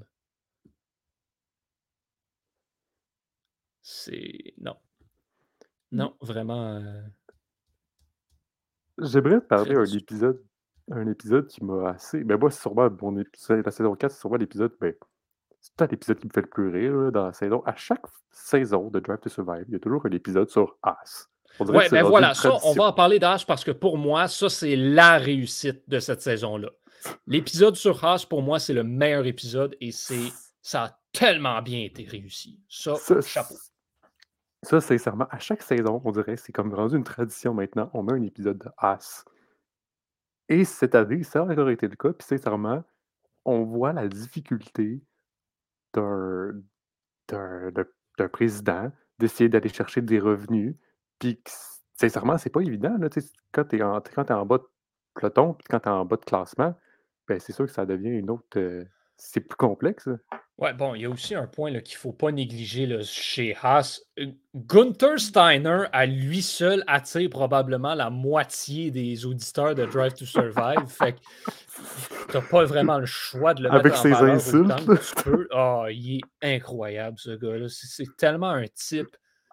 S1: c'est non, non, vraiment, heu,
S2: J'aimerais te
S1: très
S2: parler d'un
S1: déçu.
S2: épisode un épisode qui m'a assez ben, moi, c'est sûrement mon ép c'est la saison quatre, c'est sûrement l'épisode, ben, C'est peut-être l'épisode qui me fait le plus rire là, dans la saison. À chaque saison de Drive to Survive, il y a toujours un épisode sur As. On dirait que
S1: Ouais,
S2: c'est
S1: ben
S2: rendu une
S1: voilà, ça, on
S2: tradition.
S1: va en parler d'Ash parce que pour moi, ça, c'est la réussite de cette saison-là. L'épisode sur Haas, pour moi, c'est le meilleur épisode et c'est ça a tellement bien été réussi. Ça,
S2: Ça,
S1: chapeau.
S2: ça, sincèrement, à chaque saison, on dirait c'est comme rendu une tradition maintenant. On met un épisode de As. Et cette année, ça a encore été le cas. Puis sincèrement, on voit la difficulté d'un d'un d'un d'un président d'essayer d'aller chercher des revenus. Puis que s- sincèrement, c'est pas évident. Là, tu sais, quand tu es en, quand t'es en bas de peloton, puis quand tu es en bas de classement, ben, c'est sûr que ça devient une autre. euh, c'est plus complexe. Là.
S1: Ouais, bon, il y a aussi un point là, qu'il ne faut pas négliger là, chez Haas. Euh, Gunther Steiner, à lui seul, attire probablement la moitié des auditeurs de Drive to Survive. Fait que tu n'as pas vraiment le choix de le mettre
S2: Avec
S1: en
S2: ses
S1: valeur
S2: insultes.
S1: autant
S2: là.
S1: que tu peux. Ah, il est incroyable, ce gars-là. C'est c'est tellement un type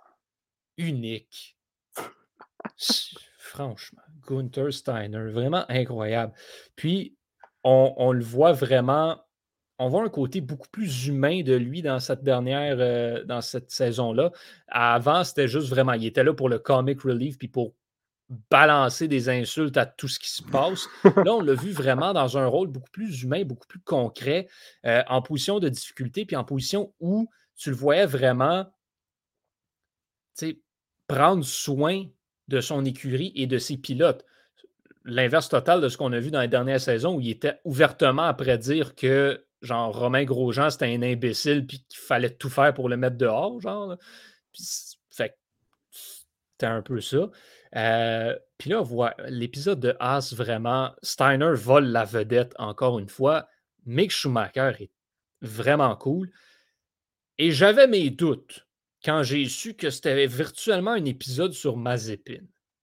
S1: unique. Ch- Franchement, Gunther Steiner, vraiment incroyable. Puis, on, on le voit vraiment, on voit un côté beaucoup plus humain de lui dans cette dernière, euh, dans cette saison-là. Avant, c'était juste vraiment, il était là pour le comic relief, puis pour balancer des insultes à tout ce qui se passe. Là, on l'a vu vraiment dans un rôle beaucoup plus humain, beaucoup plus concret, euh, en position de difficulté, puis en position où tu le voyais vraiment tu sais, prendre soin de son écurie et de ses pilotes. L'inverse total de ce qu'on a vu dans les dernières saisons où il était ouvertement à prédire que genre Romain Grosjean, c'était un imbécile puis qu'il fallait tout faire pour le mettre dehors, genre. Là. Puis, fait que c'était un peu ça. Euh, puis là, on voit l'épisode de Haas, vraiment, Steiner vole la vedette encore une fois. Mick Schumacher est vraiment cool. Et j'avais mes doutes quand j'ai su que c'était virtuellement un épisode sur Mazepin.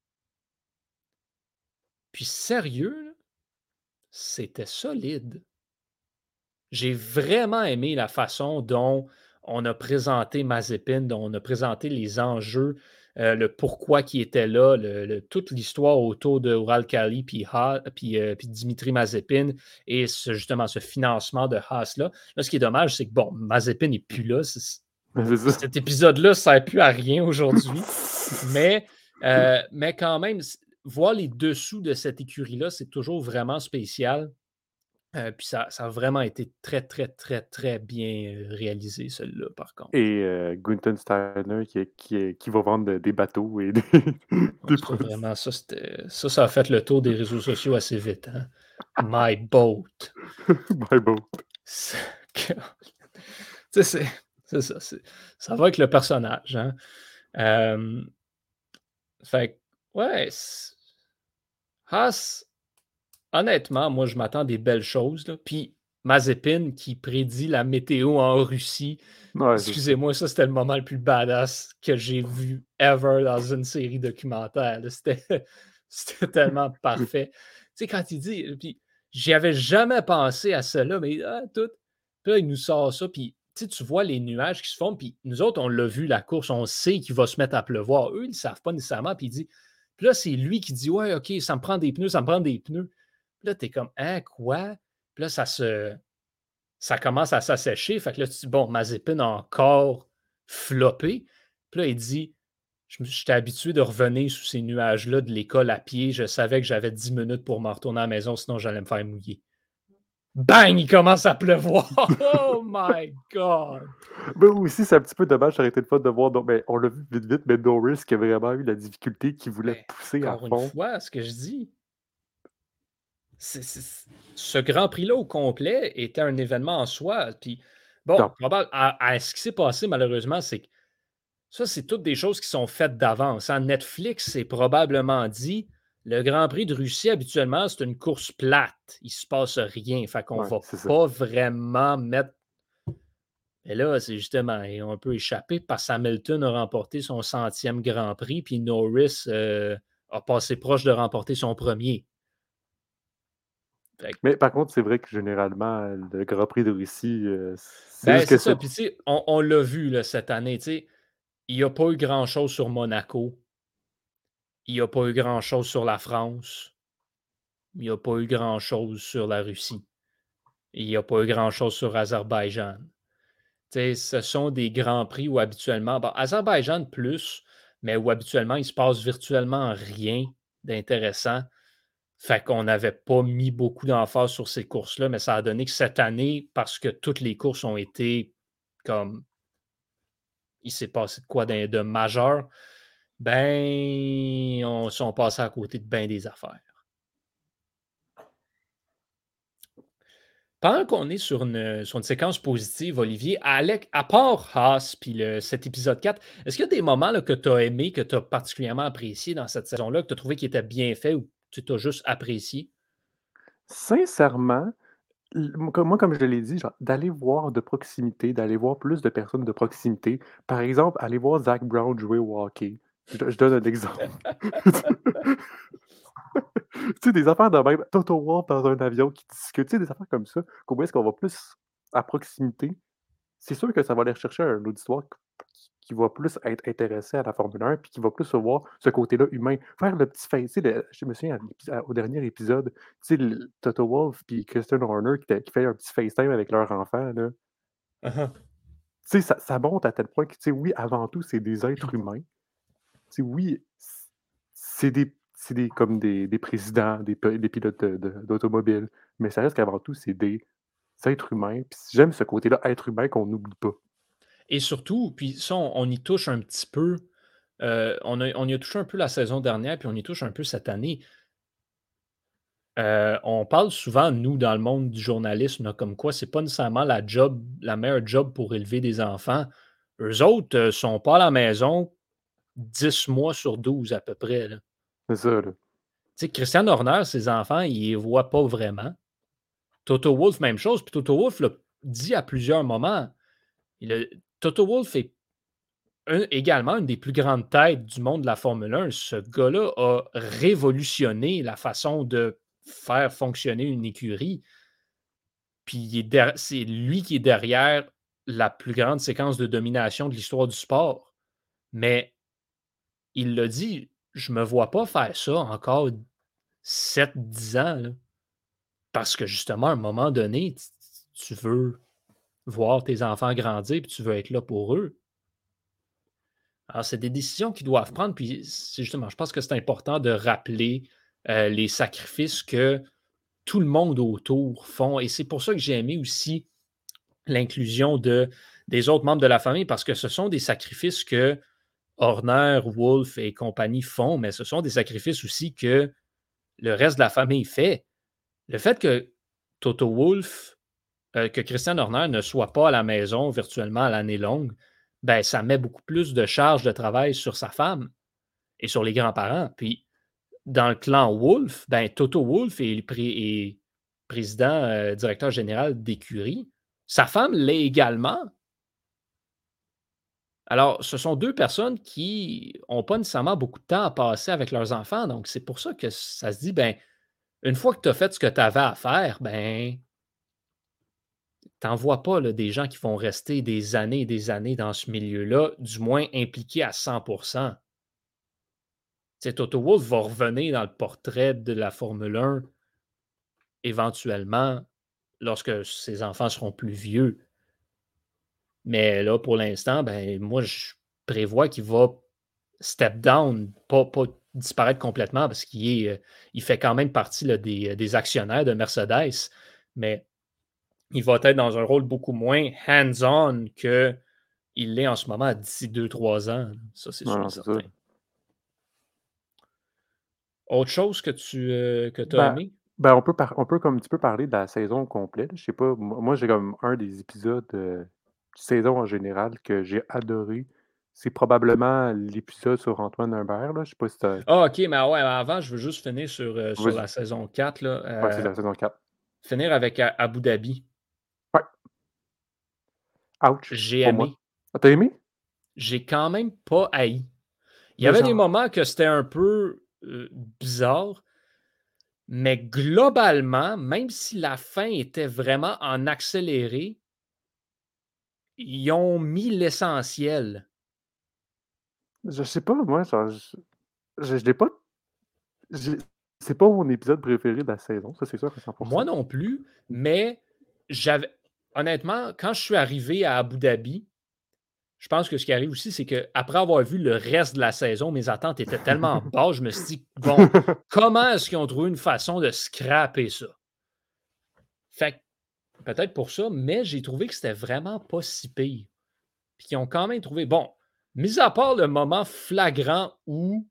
S1: Puis sérieux, là, c'était solide. J'ai vraiment aimé la façon dont on a présenté Mazepin, dont on a présenté les enjeux, euh, le pourquoi qui était là, le- le- toute l'histoire autour de Ural Kali puis, Ha- puis, euh, puis Dimitri Mazepin et ce- justement ce financement de Haas-là. Là, ce qui est dommage, c'est que bon, Mazepin n'est plus là. C'est-
S2: Mais c'est ça.
S1: cet épisode-là ne sert plus à rien aujourd'hui. Mais, euh, mais quand même, c- voir les dessous de cette écurie-là, c'est toujours vraiment spécial. Euh, puis ça, ça a vraiment été très, très, très, très bien euh, réalisé, celui-là, par contre.
S2: Et euh, Gunther Steiner qui, qui, qui va vendre des bateaux et des,
S1: Ouais,
S2: des
S1: ça,
S2: produits.
S1: vraiment, ça, c'était, ça, ça a fait le tour des réseaux sociaux assez vite. Hein? My boat.
S2: My boat.
S1: C'est tu sais, c'est c'est ça. c'est- Ça va avec le personnage. Hein? Euh, fait que, ouais, c'est- Haas, honnêtement, moi, je m'attends à des belles choses. Là. Puis Mazepin qui prédit la météo en Russie.
S2: Ouais, c'est ça.
S1: Excusez-moi, ça, c'était le moment le plus badass que j'ai vu ever dans une série documentaire. là. C'était, c'était tellement parfait. Tu sais, quand il dit, puis j'y avais jamais pensé à cela, mais ah, tout. Puis là, il nous sort ça, puis tu sais, tu vois les nuages qui se font, puis nous autres, on l'a vu, la course, on sait qu'il va se mettre à pleuvoir. Eux, ils ne savent pas nécessairement, puis il dit, puis là, c'est lui qui dit, ouais, OK, ça me prend des pneus, ça me prend des pneus. Puis là, tu es comme, hein, quoi? Puis là, ça se ça commence à s'assécher. Fait que là, tu dis, bon, Mazepin a encore floppé. Puis là, il dit, je me- j'étais habitué de revenir sous ces nuages-là de l'école à pied. Je savais que j'avais dix minutes pour me retourner à la maison, sinon j'allais me faire mouiller. Bang! Il commence à pleuvoir. Oh my God!
S2: Ben aussi, c'est un petit peu dommage, ça aurait été le fun de voir. Donc, ben, on l'a vu vite vite, mais Norris qui a vraiment eu la difficulté, qui voulait
S1: Ben,
S2: pousser à
S1: encore une
S2: fond.
S1: fois, ce que je dis, c'est- c'est- ce Grand Prix-là au complet était un événement en soi. Puis, bon,
S2: Non,
S1: probable, à, à ce qui s'est passé, malheureusement, c'est que ça, c'est toutes des choses qui sont faites d'avance. Hein. Netflix s'est probablement dit le Grand Prix de Russie, habituellement, c'est une course plate. Il ne se passe rien. Fait qu'on ne
S2: ouais,
S1: va
S2: c'est ça.
S1: pas vraiment mettre. Mais là, c'est justement, ils ont un peu échappé parce qu'Hamilton a remporté son centième Grand Prix, puis Norris euh, a passé proche de remporter son premier. Fait que,
S2: Mais par contre, c'est vrai que généralement, le Grand Prix de Russie, euh, c'est
S1: ben,
S2: juste que
S1: c'est ça.
S2: c'est.
S1: Puis, tu sais, on, on l'a vu là, cette année. tu sais, Il n'y a pas eu grand-chose sur Monaco. Il n'y a pas eu grand-chose sur la France. Il n'y a pas eu grand-chose sur la Russie. Il n'y a pas eu grand-chose sur Azerbaïdjan. sais, ce sont des grands prix où habituellement, bon, Azerbaïdjan plus, mais où habituellement il se passe virtuellement rien d'intéressant. Fait qu'on n'avait pas mis beaucoup d'emphase sur ces courses-là, mais ça a donné que cette année, parce que toutes les courses ont été comme il s'est passé de quoi de, de majeur, ben, on sont passés à côté de bien des affaires. Pendant qu'on est sur une, sur une séquence positive, Olivier, Alec, à part Haas puis le, cet épisode quatre, est-ce qu'il y a des moments là, que tu as aimé, que tu as particulièrement apprécié dans cette saison-là, que tu as trouvé qui était bien fait ou que tu as juste apprécié?
S2: Sincèrement, l moi comme moi, comme je l'ai dit, genre, d'aller voir de proximité, d'aller voir plus de personnes de proximité. Par exemple, aller voir Zac Brown jouer au hockey. Je do je donne un exemple. Tu sais, des affaires de même. Toto Wolff dans un avion qui discute, tu sais, des affaires comme ça, qu'où est-ce qu'on va plus à proximité. C'est sûr que ça va aller rechercher un auditoire q qui va plus être intéressé à la Formule un, puis qui va plus voir ce côté-là humain. Faire le petit face, tu sais, le je me souviens à l'épis à au dernier épisode, tu sais, l Toto Wolff puis Christian Horner qui était qui fait un petit FaceTime avec leur enfant, là.
S1: Uh-huh.
S2: Tu sais, ça ça montre à tel point que, tu sais, oui, avant tout, c'est des êtres humains. Tu sais, oui, c c'est des c'est des comme des des présidents, des pi des pilotes de de d'automobile, mais ça reste qu'avant tout, c'est des êtres humains. Puis j'aime ce côté-là, être humain, qu'on n'oublie pas.
S1: Et surtout, puis ça, on, on y touche un petit peu. Euh, on, a- on y a touché un peu la saison dernière, puis on y touche un peu cette année. Euh, on parle souvent, nous, dans le monde du journalisme, là, comme quoi c'est pas nécessairement la job, la meilleure job pour élever des enfants. Eux autres euh, sont pas à la maison dix mois sur douze à peu près, là.
S2: C'est ça, là.
S1: Tu sais, Christian Horner, ses enfants, ils les voient pas vraiment. Toto Wolff, même chose. Puis Toto Wolff l'a dit à plusieurs moments. Il a- Toto Wolff est un- également une des plus grandes têtes du monde de la Formule un. Ce gars-là a révolutionné la façon de faire fonctionner une écurie. Puis il est der- c'est lui qui est derrière la plus grande séquence de domination de l'histoire du sport. Mais il l'a dit, je me vois pas faire ça encore sept dix ans, là. Parce que justement, à un moment donné, tu tu veux voir tes enfants grandir, puis tu veux être là pour eux. Alors, c'est des décisions qu'ils doivent prendre, puis c'est justement, je pense que c'est important de rappeler euh, les sacrifices que tout le monde autour font. Et c'est pour ça que j'ai aimé aussi l'inclusion de, des autres membres de la famille, parce que ce sont des sacrifices que Horner, Wolf et compagnie font, mais ce sont des sacrifices aussi que le reste de la famille fait. Le fait que Toto Wolff, euh, que Christian Horner ne soit pas à la maison virtuellement à l'année longue, ben, ça met beaucoup plus de charge de travail sur sa femme et sur les grands-parents. Puis, dans le clan Wolff, ben, Toto Wolff est, le pré- est président, euh, directeur général d'écurie. Sa femme l'est également. Alors, ce sont deux personnes qui n'ont pas nécessairement beaucoup de temps à passer avec leurs enfants. Donc, c'est pour ça que ça se dit, ben, une fois que tu as fait ce que tu avais à faire, ben, t'en vois pas là, des gens qui vont rester des années et des années dans ce milieu-là, du moins impliqués à cent pour cent. Tu sais, Toto Wolff va revenir dans le portrait de la Formule un éventuellement lorsque ses enfants seront plus vieux. Mais là, pour l'instant, ben, moi, je prévois qu'il va step down, pas, pas disparaître complètement parce qu'il est, euh, il fait quand même partie là, des, des actionnaires de Mercedes, mais il va être dans un rôle beaucoup moins hands-on qu'il l'est en ce moment d'ici deux trois ans. Ça, c'est
S2: Non,
S1: sûr et
S2: non, c'est ça.
S1: certain. Autre chose que tu euh, que as
S2: Ben
S1: aimé?
S2: ben, on peut par on peut comme un petit peu parler de la saison complète. Je sais pas, moi moi, j'ai comme un des épisodes, heu, saison en général que j'ai adoré. C'est probablement l'épisode sur Antoine Humbert, là. Je sais pas si tu
S1: Ah, ok, mais ouais, mais avant, je veux juste finir sur, euh, sur
S2: vas-y.
S1: la saison quatre là,
S2: Ouais, c'est
S1: euh,
S2: la saison quatre.
S1: finir avec A- Abu Dhabi.
S2: Ouais, ouch,
S1: J'ai
S2: pour moi.
S1: aimé.
S2: Ah, tu aimé?
S1: J'ai quand même pas haï. Il y
S2: Mais
S1: avait des
S2: genre
S1: moments que c'était un peu euh, bizarre, mais globalement, même si la fin était vraiment en accéléré, ils ont mis l'essentiel.
S2: je sais pas, moi, genre, je je je l'ai pas j'ai c'est pas mon épisode préféré de la saison, ça, c'est sûr à cent.
S1: Moi non plus, mais j'avais. honnêtement, quand je suis arrivé à Abu Dhabi, je pense que ce qui arrive aussi, c'est qu'après avoir vu le reste de la saison, mes attentes étaient tellement basses, je me suis dit: «Bon, comment est-ce qu'ils ont trouvé une façon de scraper ça?» Fait que peut-être pour ça, mais j'ai trouvé que c'était vraiment pas si pire. Puis qu'ils ont quand même trouvé bon, mis à part le moment flagrant où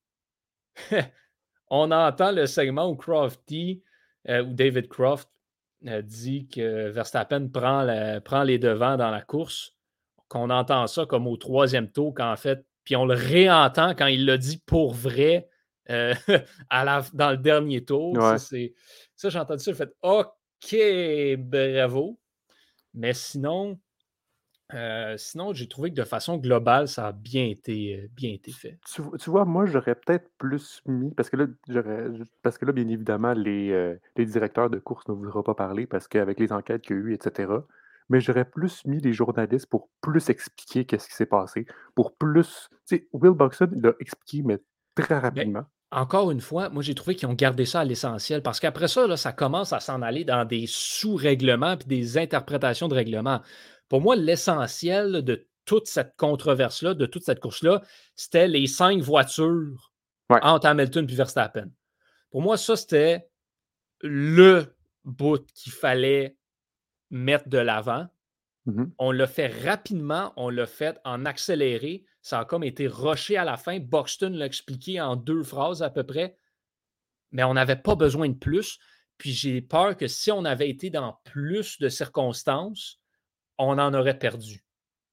S1: on entend le segment où Crofty, heu, où David Croft, heu, dit que Verstappen prend la prend les devants dans la course, qu'on entend ça comme au troisième tour qu'en fait puis on le réentend quand il l'a dit pour vrai, heu, à la dans le dernier tour. Ça,
S2: Ouais.
S1: c'est ça, j'ai entendu ça, j'ai fait: «OK, bravo!» Mais sinon, heu, sinon, j'ai trouvé que de façon globale, ça a bien été, heu, bien été fait.
S2: Tu v tu vois, moi, j'aurais peut-être plus mis parce que là, j'aurais j parce que là, bien évidemment, les, heu, les directeurs de course ne voudront pas parler parce qu'avec les enquêtes qu'il y a eu et cetera. Mais j'aurais plus mis les journalistes pour plus expliquer qu'est-ce qui s'est passé, pour plus tu sais, Will Buxton, il a expliqué, mais très
S1: Beh,
S2: rapidement.
S1: encore une fois, moi, j'ai trouvé qu'ils ont gardé ça à l'essentiel parce qu'après ça, là, ça commence à s'en aller dans des sous-règlements puis des interprétations de règlements. Pour moi, l'essentiel de toute cette controverse-là, de toute cette course-là, c'était les cinq voitures
S2: Ouais.
S1: entre Hamilton puis Verstappen. Pour moi, ça, c'était le bout qu'il fallait mettre de l'avant.
S2: Mmh mh.
S1: On l'a fait rapidement, on l'a fait en accéléré. Ça a comme été rushé à la fin. Buxton l'a expliqué en deux phrases à peu près, mais on n'avait pas besoin de plus. Puis j'ai peur que si on avait été dans plus de circonstances, on en aurait perdu.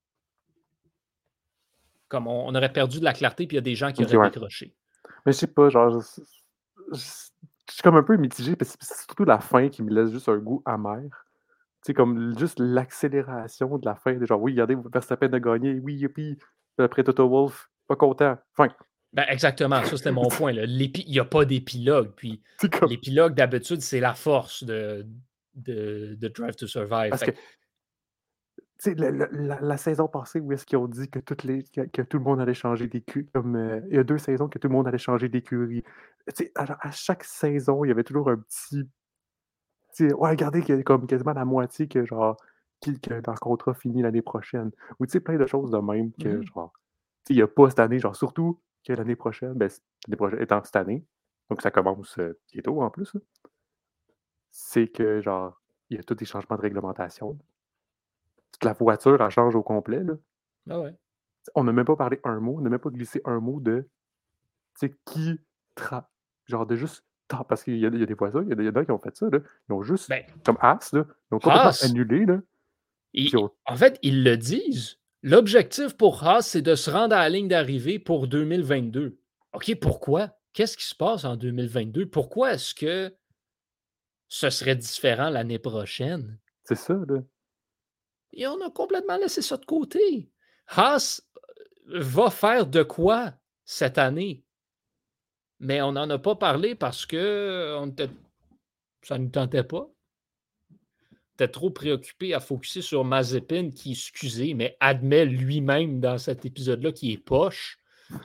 S1: Comme on on aurait perdu de la clarté, puis il y a des gens qui
S2: OK,
S1: auraient
S2: ouais.
S1: décroché.
S2: Mais je sais pas, genre, c c je suis comme un peu mitigé parce que c'est surtout la fin qui me laisse juste un goût amer. Tu sais, comme l juste l'accélération de la fin, de genre: «Oui, regardez, Verstappen a gagné, oui, youpi!» Puis après Toto Wolff, pas content, fin.
S1: Ben, exactement, ça c'était mon point, là. L'épi il n'y a pas d'épilogue, puis
S2: C'est comme
S1: l'épilogue d'habitude, c'est la force de de de Drive to Survive.
S2: parce
S1: Fait
S2: que,
S1: que
S2: tu sais, le le la la saison passée où est-ce qu'ils ont dit que toutes les que que tout le monde allait changer d'écu comme, heu, il y a deux saisons que tout le monde allait changer d'écurie. Tu sais, à à chaque saison, il y avait toujours un petit tu sais: «Ouais, regardez qu'il y a comme quasiment la moitié que genre qui que leur contrat finit l'année prochaine» ou tu sais, plein de choses de même que
S1: mmh
S2: genre, tu sais, il y a pas cette année, genre surtout que l'année prochaine, ben, c l'année prochaine étant cette année, donc ça commence, heu, bientôt en plus, là. C'est que genre, il y a tous des changements de réglementation. Toute la voiture, elle change au complet, là.
S1: Ah ouais.
S2: On n'a même pas parlé un mot, on n'a même pas glissé un mot de, tu sais, qui tra genre de juste ta parce qu'il y a il y a des voitures, il y a des il y en a qui ont fait ça, là. Ils ont juste
S1: Ben,
S2: comme As, là, ils ont complètement
S1: Haas,
S2: annulé, là,
S1: i
S2: puis ils ont
S1: en fait, ils le disent. L'objectif pour Haas, c'est de se rendre à la ligne d'arrivée pour deux mille vingt-deux. OK, pourquoi? Qu'est-ce qui se passe en deux mille vingt-deux? Pourquoi est-ce que ce serait différent l'année prochaine?
S2: c'est ça, là.
S1: Et on a complètement laissé ça de côté. Haas va faire de quoi cette année? Mais on n'en a pas parlé parce que on était ça ne nous tentait pas. On était trop préoccupé à focuser sur Mazepin qui, excusez, mais admet lui-même dans cet épisode-là qu'il est poche.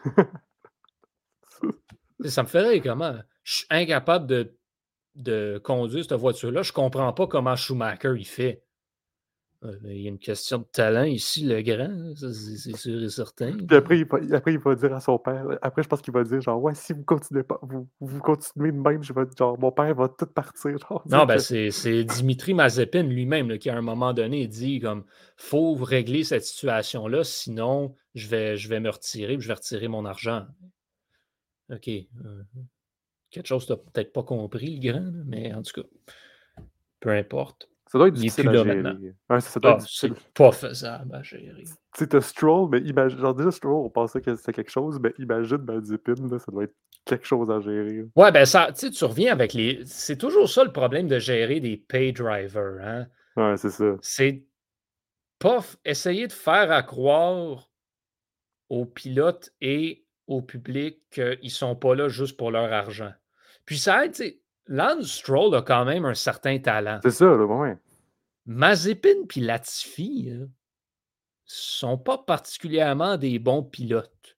S1: Tu sais, ça me fait rire comment je suis incapable de de conduire cette voiture-là. Je comprends pas comment Schumacher il fait. Heu, il y a une question de talent ici, le grand, là, ça c'est c'est sûr et certain.
S2: Puis après il va après il va dire à son père, après je pense qu'il va dire genre: «Ouais, si vous continuez pas vous vous continuez de même, je vais genre mon père va tout partir», genre
S1: Non,
S2: dire
S1: ben,
S2: que
S1: c'est c'est Dimitri Mazepin lui-même là, qui, à un moment donné, dit comme: «Faut régler cette situation-là, sinon je vais je vais me retirer, puis je vais retirer mon argent». OK, heu, quelque chose que tu peut-être pas compris, le grand, là, mais en tout cas, peu importe.
S2: ça doit être
S1: Il est
S2: difficile
S1: plus
S2: à
S1: là maintenant.
S2: gérer. Ouais, ça ça doit être
S1: Ah,
S2: difficile.
S1: c'est pas faisable à gérer.
S2: Tu sais, tu Stroll, mais imagine genre déjà Stroll, on pensait que c'était quelque chose, mais imagine Mazepin, là, ça doit être quelque chose à gérer, là.
S1: Ouais, ben, ça tu sais, tu reviens avec les c'est toujours ça le problème de gérer des pay drivers, hein.
S2: Ouais, c'est ça.
S1: C'est pas f essayer de faire à croire aux pilotes et au public qu'ils sont pas là juste pour leur argent. Puis ça aide, tu sais, Lance Stroll a quand même un certain talent.
S2: C'est ça, là, ouais.
S1: Mazepin puis Latifi, là, sont pas particulièrement des bons pilotes.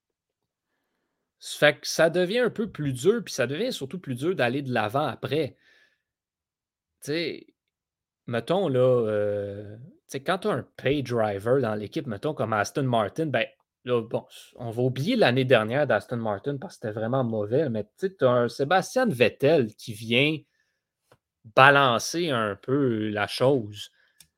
S1: Ça fait que ça devient un peu plus dur, puis ça devient surtout plus dur d'aller de l'avant après. Tu sais, mettons, là, euh, tu sais, quand tu as un pay driver dans l'équipe, mettons, comme Aston Martin, ben, là, bon, on va oublier l'année dernière d'Aston Martin parce que c'était vraiment mauvais, mais tu sais, tu as un Sébastien Vettel qui vient balancer un peu la chose.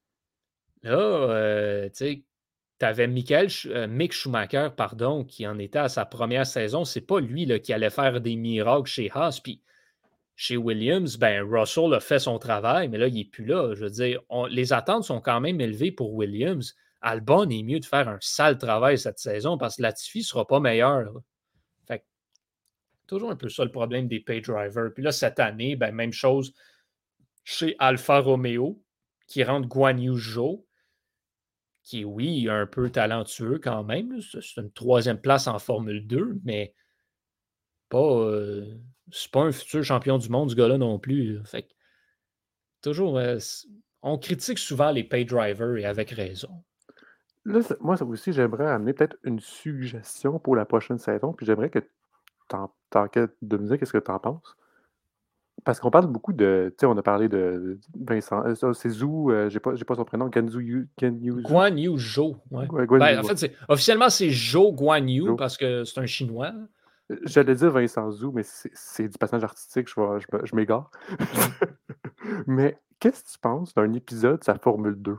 S1: Là, euh, tu sais, tu avais Michael, Sch- euh, Mick Schumacher, pardon, qui en était à sa première saison. C'est pas lui là, qui allait faire des miracles chez Haas. Puis chez Williams, ben, Russell a fait son travail, mais là, il n'est plus là. Je veux dire, on- les attentes sont quand même élevées pour Williams. Albon est mieux de faire un sale travail cette saison parce que Latifi ne sera pas meilleur. Là. Fait que, toujours un peu ça le problème des pay drivers. Puis là, cette année, ben, même chose chez Alfa Romeo, qui rentre Guan Yu Zhou, qui est, oui, un peu talentueux quand même. C'est une troisième place en Formule deux, mais pas, euh, c'est pas un futur champion du monde, ce gars-là non plus. Là. Fait que, toujours, euh, on critique souvent les pay drivers et avec raison.
S2: Là, c'est- moi ça aussi, j'aimerais amener peut-être une suggestion pour la prochaine saison, puis j'aimerais que t'en, t'en- que- de me dire qu'est-ce que tu en penses. Parce qu'on parle beaucoup de. Tu sais, on a parlé de Vincent. euh, ça, c'est Zhu, euh, j'ai pas, j'ai pas son prénom, Genzu Yu, Gen Yuzu.
S1: Guan Yu Zhou, ouais.
S2: Ouais, Guan Yu,
S1: Ben, en
S2: ouais,
S1: fait, c'est, officiellement, c'est Zhou Guan Yu
S2: Zhou.
S1: parce que c'est un Chinois. Là.
S2: Euh, J'allais dire Vincent Zhu, mais c'est, c'est du passage artistique, je, vais- je, me- je m'égare.
S1: Mhm.
S2: Mais qu'est-ce que tu penses d'un épisode de sa Formule deux?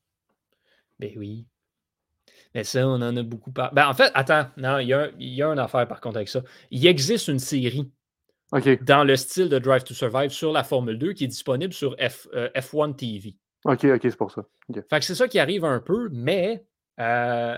S1: Ben oui. Mais ça, on en a beaucoup parlé. Ben, en fait, attends, non, il y, a, il y a une affaire par contre avec ça. Il existe une série
S2: Ok,
S1: dans le style de Drive to Survive sur la Formule deux qui est disponible sur F, euh, F un T V.
S2: ok, ok, c'est pour ça. Ok.
S1: Fait que c'est ça qui arrive un peu, mais euh,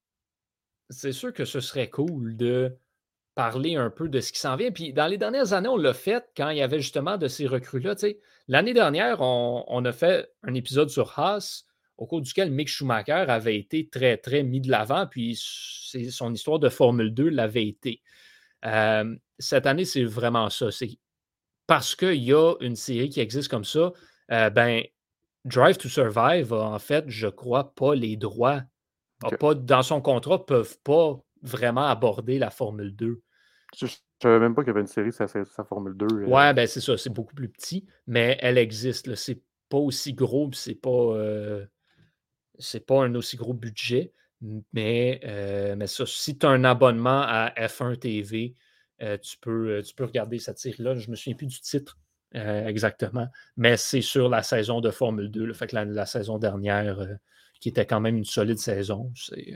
S1: c'est sûr que ce serait cool de parler un peu de ce qui s'en vient. Puis dans les dernières années, on l'a fait quand il y avait justement de ces recrues-là. Tu sais, l'année dernière, on, on a fait un épisode sur Haas au cours duquel Mick Schumacher avait été très, très mis de l'avant, puis c'est- son histoire de Formule deux l'avait été. Euh, cette année, c'est vraiment ça. C'est parce qu'il y a une série qui existe comme ça, euh, ben, Drive to Survive a en fait, je crois, pas les droits, a
S2: Ok.
S1: pas, dans son contrat, ne peuvent pas vraiment aborder la Formule deux.
S2: Je, je savais même pas qu'il y avait une série sur sa, sa Formule deux. euh.
S1: Ouais, ben c'est ça, c'est beaucoup plus petit, mais elle existe. Là. C'est pas aussi gros, puis c'est pas, euh, c'est pas un aussi gros budget. Mais, euh, mais ça, si tu as un abonnement à F un T V, euh, tu, peux, euh, tu peux regarder cette série-là. Je ne me souviens plus du titre euh, exactement, mais c'est sur la saison de Formule deux. Là. Fait que la, la saison dernière, euh, qui était quand même une solide saison, c'est,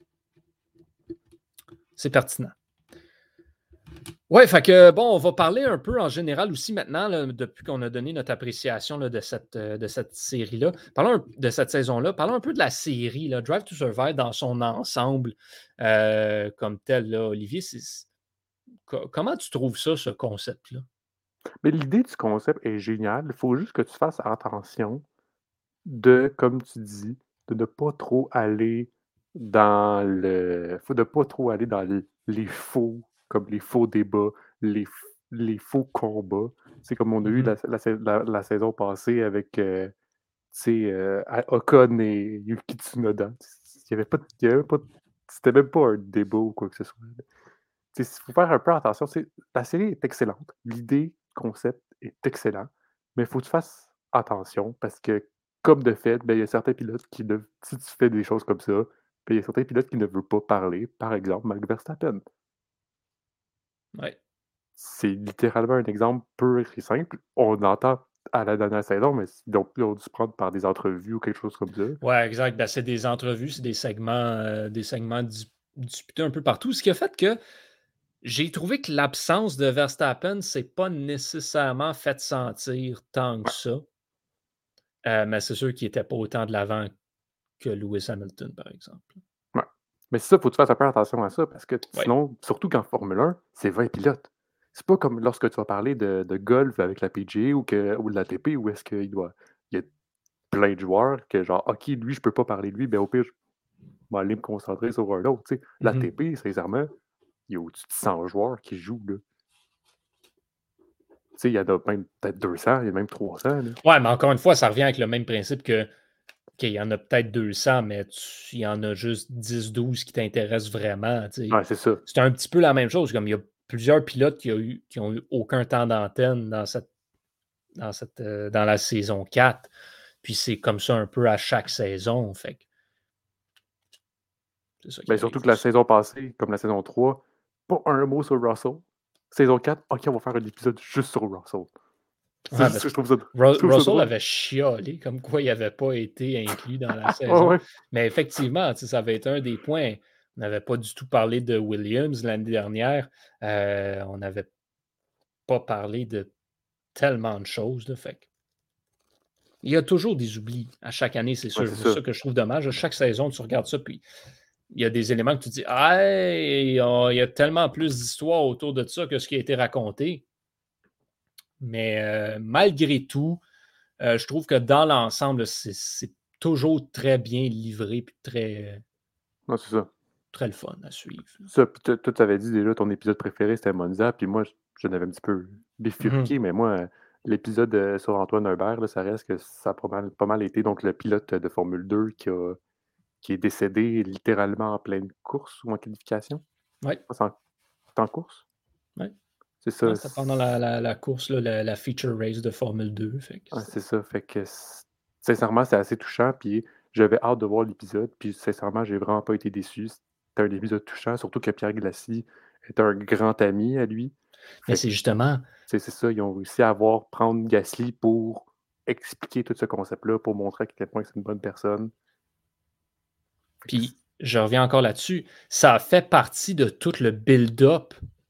S1: euh, c'est pertinent. Oui, fait que bon, on va parler un peu en général aussi maintenant, là, depuis qu'on a donné notre appréciation là, de cette, euh, de cette série-là. Parlons un- de cette saison-là. Parlons un peu de la série, là, Drive to Survive dans son ensemble euh, comme tel. Là, Olivier, c'est- co- comment tu trouves ça, ce concept-là?
S2: Mais l'idée du concept est géniale. Il faut juste que tu fasses attention de, comme tu dis, de ne pas trop aller dans le. Faut de pas trop aller dans le- les faux, comme les faux débats, les, f- les faux combats. C'est comme on a eu
S1: Mhm.
S2: la, la sa- la- la saison passée avec euh, tu sais, euh, Ocon et Yuki Tsunoda. Il y avait pas, de- il y avait pas, de- c'était même pas un débat ou quoi que ce soit. Il faut faire un peu attention. c'est- La série est excellente. L'idée, le concept est excellent. Mais il faut que tu fasses attention parce que, comme de fait, ben, il y a certains pilotes qui ne. Si tu fais des choses comme ça, ben, il y a certains pilotes qui ne veulent pas parler. Par exemple, Max Verstappen.
S1: Ouais.
S2: C'est littéralement un exemple pur et simple. On entend à la dernière saison, mais ils ont, ils ont dû se prendre par des entrevues ou quelque chose comme ça.
S1: Ouais, exact. Ben, c'est des entrevues, c'est des segments, euh, des segments dis- disputés un peu partout. Ce qui a fait que j'ai trouvé que l'absence de Verstappen s'est pas nécessairement fait sentir tant que
S2: Ouais,
S1: ça. Euh, mais c'est sûr qu'il n'était pas autant de l'avant que Lewis Hamilton, par exemple.
S2: ouais. Mais c'est ça, il faut que tu fasses un peu attention à ça parce que
S1: Oui.
S2: sinon, surtout qu'en Formule un, c'est vingt pilotes. C'est pas comme lorsque tu vas parler de, de golf avec la P G A ou, que, ou de l'A T P où est-ce qu'il doit. Il y a plein de joueurs que genre, OK, lui, je peux pas parler de lui, ben au pire, je vais aller me concentrer sur un autre. Tu sais.
S1: Mhm.
S2: L'A T P, sincèrement, il y a au-dessus de cent joueurs qui jouent. Là. Tu sais, il y en a même peut-être deux cents, il y en a même trois cents. Là.
S1: Ouais, mais encore une fois, ça revient avec le même principe que qu'il y en a peut-être deux cents, mais tu- il y en a juste dix douze qui t'intéressent vraiment. Tu sais.
S2: Ouais, c'est ça.
S1: C'est un petit peu la même chose. Comme il y a plusieurs pilotes qui, ont eu, qui ont eu aucun temps d'antenne dans cette, dans cette, euh, dans la saison quatre. Puis c'est comme ça un peu à chaque saison. Fait que c'est ça qui
S2: Ben,
S1: arrive
S2: surtout que la
S1: aussi.
S2: saison passée, comme la saison trois, pas un mot sur Russell. Saison quatre, OK, on va faire un épisode juste sur Russell. C'est
S1: Ouais,
S2: juste
S1: parce
S2: que
S1: que
S2: je trouve ça, je
S1: Ru-
S2: trouve ça
S1: Russell
S2: drôle.
S1: avait chialé comme quoi il n'avait pas été inclus dans la
S2: Ouais,
S1: saison.
S2: ouais.
S1: Mais effectivement, tu sais, ça avait été un des points. On n'avait pas du tout parlé de Williams l'année dernière. Euh, on n'avait pas parlé de tellement de choses. Là, fait que il y a toujours des oublis à chaque année, c'est
S2: Ouais,
S1: sûr.
S2: c'est
S1: C'est
S2: ça.
S1: ça que je trouve dommage. À chaque saison, tu regardes ça, puis il y a des éléments que tu dis ah, hey, oh, il y a tellement plus d'histoires autour de ça que ce qui a été raconté. Mais euh, malgré tout, euh, je trouve que dans l'ensemble, c'est, c'est toujours très bien livré puis très,
S2: Non, c'est ça.
S1: très le fun à suivre.
S2: Ça, puis toi, toi, tu avais dit déjà ton épisode préféré, c'était Monza, puis moi, je- j'en avais un petit peu
S1: Mhm.
S2: bifurqué, mais moi, euh, l'épisode euh, sur Antoine Hubert, là, ça reste que ça a pas mal, pas mal été donc le pilote de Formule deux qui, a, qui est décédé littéralement en pleine course ou en qualification.
S1: Oui,
S2: C'est en, c'est en course?
S1: oui.
S2: C'est
S1: Ouais,
S2: ça.
S1: c'était pendant la, la- la course, là, la, la feature race de Formule deux. Fait que
S2: Ouais,
S1: c'était-
S2: c'est ça. Fait que c- sincèrement, c'est assez touchant. Puis j'avais hâte de voir l'épisode. Puis sincèrement, j'ai vraiment pas été déçu. C'était un épisode touchant, surtout que Pierre Glacy est un grand ami à lui.
S1: Mais
S2: Fait que
S1: c'est justement,
S2: c'est c'est ça, ils ont réussi à avoir prendre Gasly pour expliquer tout ce concept-là, pour montrer à quel point c'est une bonne personne. Fait que
S1: puis je reviens encore là-dessus, ça a fait partie de tout le build-up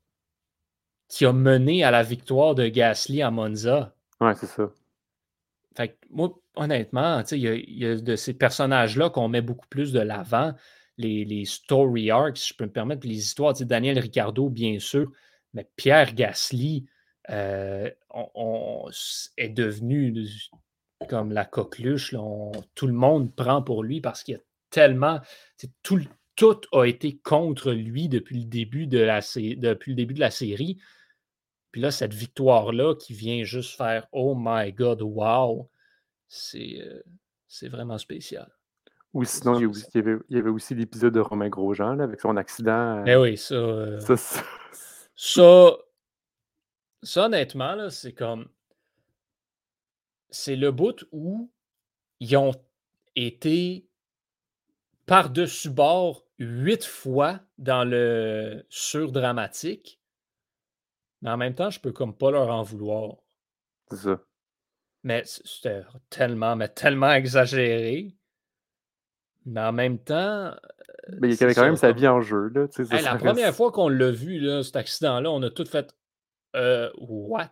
S1: qui a mené à la victoire de Gasly à Monza.
S2: ouais, c'est ça.
S1: Fait que moi, honnêtement, tu sais, il y, a- il y a de ces personnages-là qu'on met beaucoup plus de l'avant, les, les story arcs, si je peux me permettre, puis les histoires, tu sais, Daniel Ricciardo, bien sûr, mais Pierre Gasly euh, on- on- est devenu comme la coqueluche. Là, on- tout le monde prend pour lui parce qu'il y a tellement. tu sais, Tout, le- tout a été contre lui depuis le début de la, sé- depuis le début de la série. Puis là, cette victoire-là qui vient juste faire Oh my God, wow! C'est euh, c'est vraiment spécial.
S2: Ou
S1: C'est c'est
S2: sinon, il y, a aussi-
S1: spécial.
S2: il y avait, il y avait aussi l'épisode de Romain Grosjean là, avec son accident.
S1: Mais
S2: euh,
S1: oui, ça, euh,
S2: ça, ça-
S1: ça, ça, honnêtement, là, c'est comme. C'est le bout où ils ont été par-dessus bord huit fois dans le surdramatique, mais en même temps, je peux comme pas leur en vouloir.
S2: c'est ça.
S1: Mais c- c'était tellement, mais tellement exagéré. Mais en même temps, euh,
S2: Mais il y
S1: c'est
S2: avait quand
S1: ça.
S2: même sa
S1: Comme,
S2: vie en jeu, là. Tu sais, ça,
S1: hey,
S2: ça
S1: la première
S2: reste.
S1: fois qu'on l'a vu, là, cet accident-là, on a tout fait euh, What?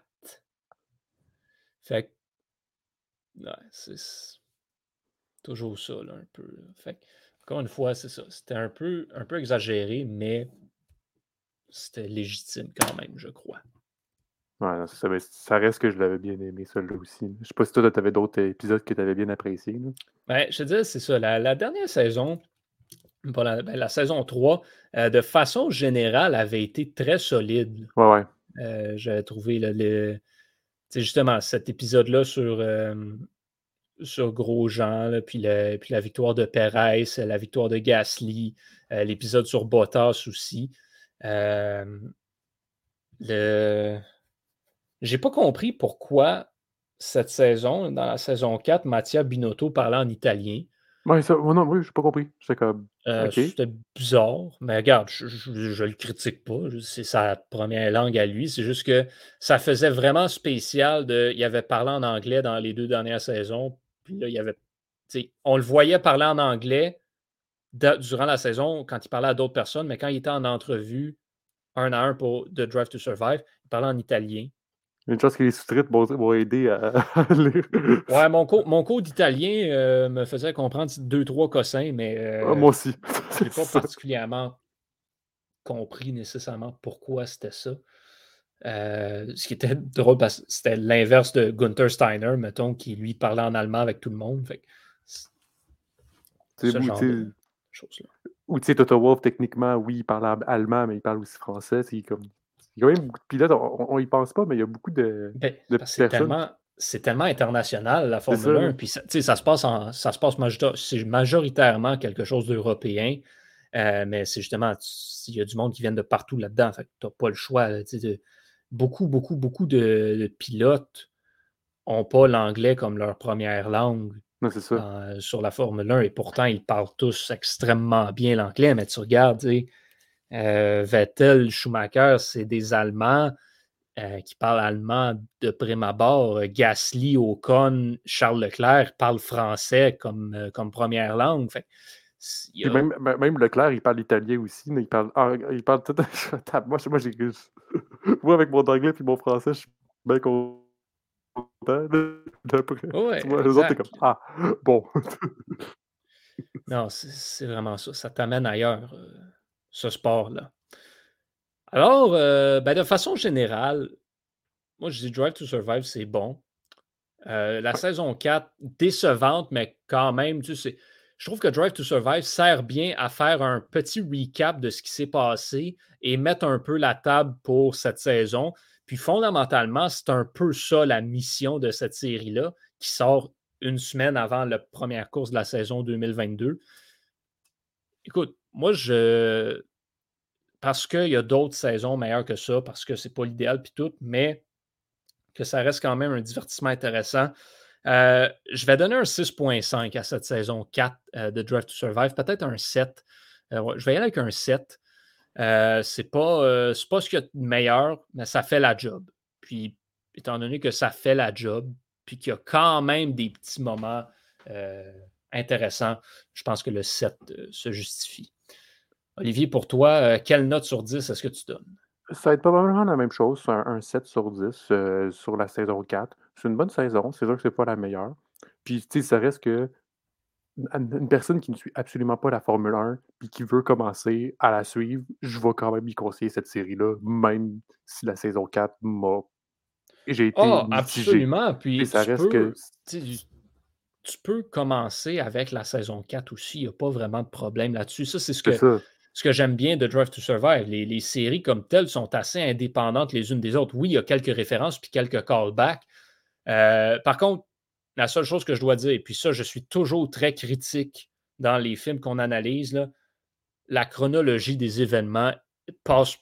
S1: Fait que, ouais, c'est c'est toujours ça, là, un peu. Là. Fait que, encore une fois, c'est ça. C'était un peu, un peu exagéré, mais c'était légitime quand même, je crois.
S2: Ouais, non, c'est ça, mais ça reste que je l'avais bien aimé, celui-là aussi. Je sais pas si toi, tu avais d'autres épisodes que tu avais bien appréciés. Là.
S1: Ben, je te dis, c'est ça. La, la dernière saison, pas la, ben, la saison trois, euh, de façon générale, avait été très solide.
S2: Ouais, ouais.
S1: Euh, J'avais trouvé le, le- tu sais, justement cet épisode-là sur, euh, sur Grosjean, là, puis, le- puis la victoire de Perez, la victoire de Gasly, euh, l'épisode sur Bottas aussi. Euh, le... J'ai pas compris pourquoi cette saison, dans la saison quatre, Mattia Binotto parlait en italien.
S2: Ouais, ça, ouais, non, oui, j'ai pas compris. J'étais comme,
S1: Euh,
S2: OK.
S1: c'était bizarre, mais regarde, je, je, je le critique pas. je- C'est sa première langue à lui. C'est juste que ça faisait vraiment spécial de. Il avait parlé en anglais dans les deux dernières saisons. Puis là, il y avait. tu sais, on le voyait parler en anglais da- durant la saison quand il parlait à d'autres personnes, mais quand il était en entrevue un à un pour The Drive to Survive, il parlait en italien.
S2: Une chance que les sous-titres vont, vont aider à, à lire.
S1: Ouais, mon cours, mon cours d'italien euh, me faisait comprendre deux, trois cossins, mais
S2: Ah,
S1: euh,
S2: moi aussi.
S1: je n'ai
S2: C'est
S1: pas
S2: ça.
S1: particulièrement compris nécessairement pourquoi c'était ça. Euh, ce qui était drôle parce que c'était l'inverse de Gunther Steiner, mettons, qui lui parlait en allemand avec tout le monde. Fait que c'est
S2: Tu sais,
S1: ce
S2: ou,
S1: genre de
S2: tu sais,
S1: choses-là.
S2: ou, tu sais, Toto Wolff, techniquement, oui, il parle ab- allemand, mais il parle aussi français. C'est comme. Il y a quand même beaucoup de pilotes, on, on y pense pas, mais il y a beaucoup de,
S1: Ben,
S2: de
S1: parce que c'est
S2: personnes.
S1: tellement, c'est tellement international, la
S2: C'est
S1: Formule
S2: ça, là.
S1: un. Puis ça, tu sais, ça se passe en, ça se passe majorita- c'est majoritairement quelque chose d'européen. Euh, mais c'est justement, tu- il y a du monde qui vient de partout là-dedans. Fait que tu n'as pas le choix. Là, tu sais, de- beaucoup, beaucoup, beaucoup de, de pilotes n'ont pas l'anglais comme leur première langue.
S2: Non, c'est ça.
S1: dans, sur la Formule un, et pourtant, ils parlent tous extrêmement bien l'anglais, mais tu regardes, tu sais, euh, Vettel, Schumacher, c'est des Allemands euh, qui parlent allemand de prime abord. Gasly, Ocon, Charles Leclerc parlent français comme, euh, comme première langue. Fait, il y
S2: Puis
S1: a...
S2: même, même Leclerc, il parle italien aussi, mais il parle, ah, il parle tout. moi, moi, j'ai, moi, avec mon anglais et mon français, je suis bien content.
S1: Ouais,
S2: Tu vois, les autres, t'es
S1: exact.
S2: comme, ah, bon.
S1: Non, c'est, c'est vraiment ça. Ça t'amène ailleurs, euh, ce sport-là. Alors, euh, ben, de façon générale, moi, je dis Drive to Survive, c'est bon. Euh, la saison quatre, décevante, mais quand même, tu sais, je trouve que Drive to Survive sert bien à faire un petit recap de ce qui s'est passé et mettre un peu la table pour cette saison. Puis fondamentalement, c'est un peu ça la mission de cette série-là, qui sort une semaine avant la première course de la saison deux mille vingt-deux. Écoute, moi, je. Parce qu'il y a d'autres saisons meilleures que ça, parce que c'est pas l'idéal puis tout, mais que ça reste quand même un divertissement intéressant. Euh, je vais donner un six virgule cinq à cette saison quatre euh, de Drive to Survive, peut-être un sept. Euh, ouais, je vais y aller avec un sept. Euh, c'est pas, euh, c'est pas ce qu'il y a de meilleur, mais ça fait la job. Puis, étant donné que ça fait la job, puis qu'il y a quand même des petits moments euh, intéressants, je pense que le sept euh, se justifie. Olivier, pour toi, euh, quelle note sur dix est-ce que tu donnes?
S2: Ça va être probablement la même chose, un, un sept sur dix euh, sur la saison quatre. C'est une bonne saison, c'est sûr que c'est pas la meilleure. Puis, tu sais, ça reste que une une personne qui ne suit absolument pas la Formule un puis qui veut commencer à la suivre, je vais quand même lui conseiller cette série-là, même si la saison quatre m'a. J'ai été
S1: Ah,
S2: mitigé.
S1: absolument.
S2: Et
S1: Puis
S2: ça
S1: tu
S2: reste que.
S1: peux, tu sais, tu peux commencer avec la saison quatre aussi. Il n'y a pas vraiment de problème là-dessus. Ça, c'est ce
S2: C'est
S1: que,
S2: ça.
S1: ce que j'aime bien de Drive to Survive. Les, les séries comme telles sont assez indépendantes les unes des autres. Oui, il y a quelques références puis quelques callbacks. Euh, par contre, la seule chose que je dois dire, et puis ça, je suis toujours très critique dans les films qu'on analyse, là, la chronologie des événements passe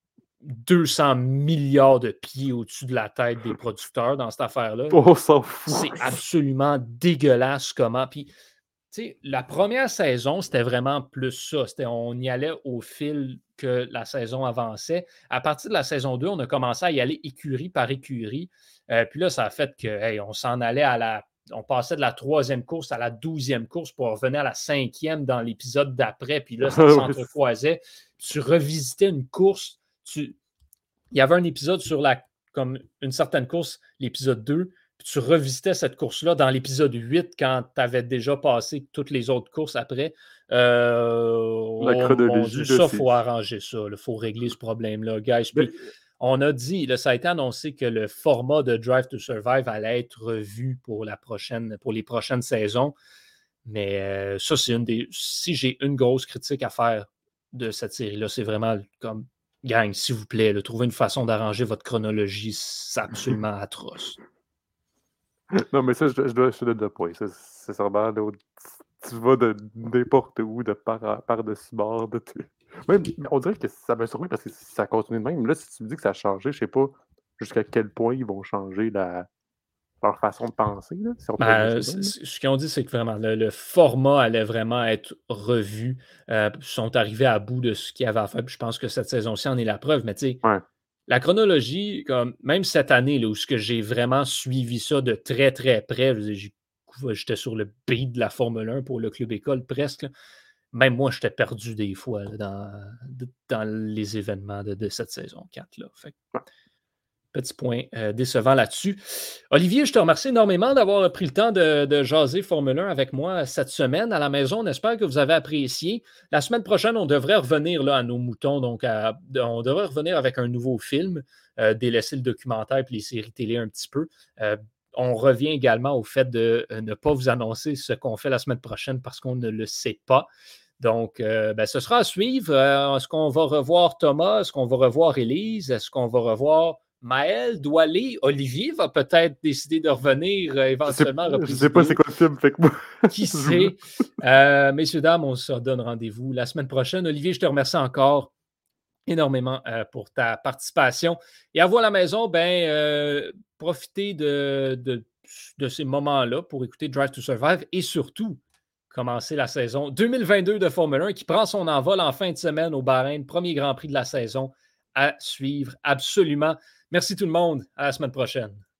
S1: deux cents milliards de pieds au-dessus de la tête des producteurs dans cette affaire-là. Là.
S2: On s'en fout.
S1: C'est absolument dégueulasse comment. Puis, tu sais, la première saison, c'était vraiment plus ça. C'était, on y allait au fil que la saison avançait. À partir de la saison deux, on a commencé à y aller écurie par écurie. Euh, puis là, ça a fait que, hey, on s'en allait à la. On passait de la troisième course à la douzième course pour revenir à la cinquième dans l'épisode d'après. Puis là, ça s'entrecroisait. Tu revisitais une course. Tu, il y avait un épisode sur la, comme une certaine course, l'épisode deux, puis tu revisitais cette course-là dans l'épisode huit quand tu avais déjà passé toutes les autres courses après. Euh,
S2: La
S1: oh mon Dieu,
S2: chronologie, là,
S1: ça, il
S2: c'est.
S1: faut arranger ça. Il faut régler ce problème-là, guys.
S2: Ben,
S1: Puis on a dit, là, ça a été annoncé que le format de Drive to Survive allait être revu pour, la prochaine, pour les prochaines saisons. Mais euh, ça, c'est une des. Si j'ai une grosse critique à faire de cette série-là, c'est vraiment comme gang, s'il vous plaît, là, trouvez une façon d'arranger votre chronologie. C'est absolument atroce.
S2: Non, mais ça, je, je, dois, je te donne le point. Ça, c'est sûrement là, tu vas de n'importe où, de par, par de bord. De t... Même, on dirait que ça m'a surpris parce que ça continue de même. Là, si tu me dis que ça a changé, je sais pas jusqu'à quel point ils vont changer la, leur façon de penser, là, si on peut appeler
S1: Ben,
S2: ça même.
S1: ce qu'ils ont dit, c'est que vraiment le, le, format allait vraiment être revu. Euh, ils sont arrivés à bout de ce qu'il y avait à faire. Puis je pense que cette saison-ci en est la preuve. Mais tu sais,
S2: ouais.
S1: La chronologie, comme même cette année, là, où ce que j'ai vraiment suivi ça de très, très près, j'étais sur le beat de la Formule un pour le Club École presque. Là. Même moi, j'étais perdu des fois là, dans, dans les événements de, de cette saison quatre. Là. Fait, petit point euh, décevant là-dessus. Olivier, je te remercie énormément d'avoir pris le temps de, de jaser Formule un avec moi cette semaine à la maison. On espère que vous avez apprécié. La semaine prochaine, on devrait revenir là, à nos moutons. Donc, à, on devrait revenir avec un nouveau film, euh, délaisser le documentaire et les séries télé un petit peu. Euh, on revient également au fait de euh, ne pas vous annoncer ce qu'on fait la semaine prochaine parce qu'on ne le sait pas. Donc, euh, ben, ce sera à suivre. Euh, est-ce qu'on va revoir Thomas? Est-ce qu'on va revoir Élise? Est-ce qu'on va revoir Maël, Doualé, Olivier va peut-être décider de revenir euh, éventuellement.
S2: Je sais, je sais pas c'est quoi le film, fait que moi.
S1: Qui sait? Euh, messieurs, dames, on se redonne rendez-vous la semaine prochaine. Olivier, je te remercie encore énormément euh, pour ta participation. Et à vous à la maison, ben, euh, profitez de, de de ces moments-là pour écouter Drive to Survive et surtout commencer la saison deux mille vingt-deux de Formule un qui prend son envol en fin de semaine au Bahreïn, premier Grand Prix de la saison à suivre absolument. Merci tout le monde, à la semaine prochaine.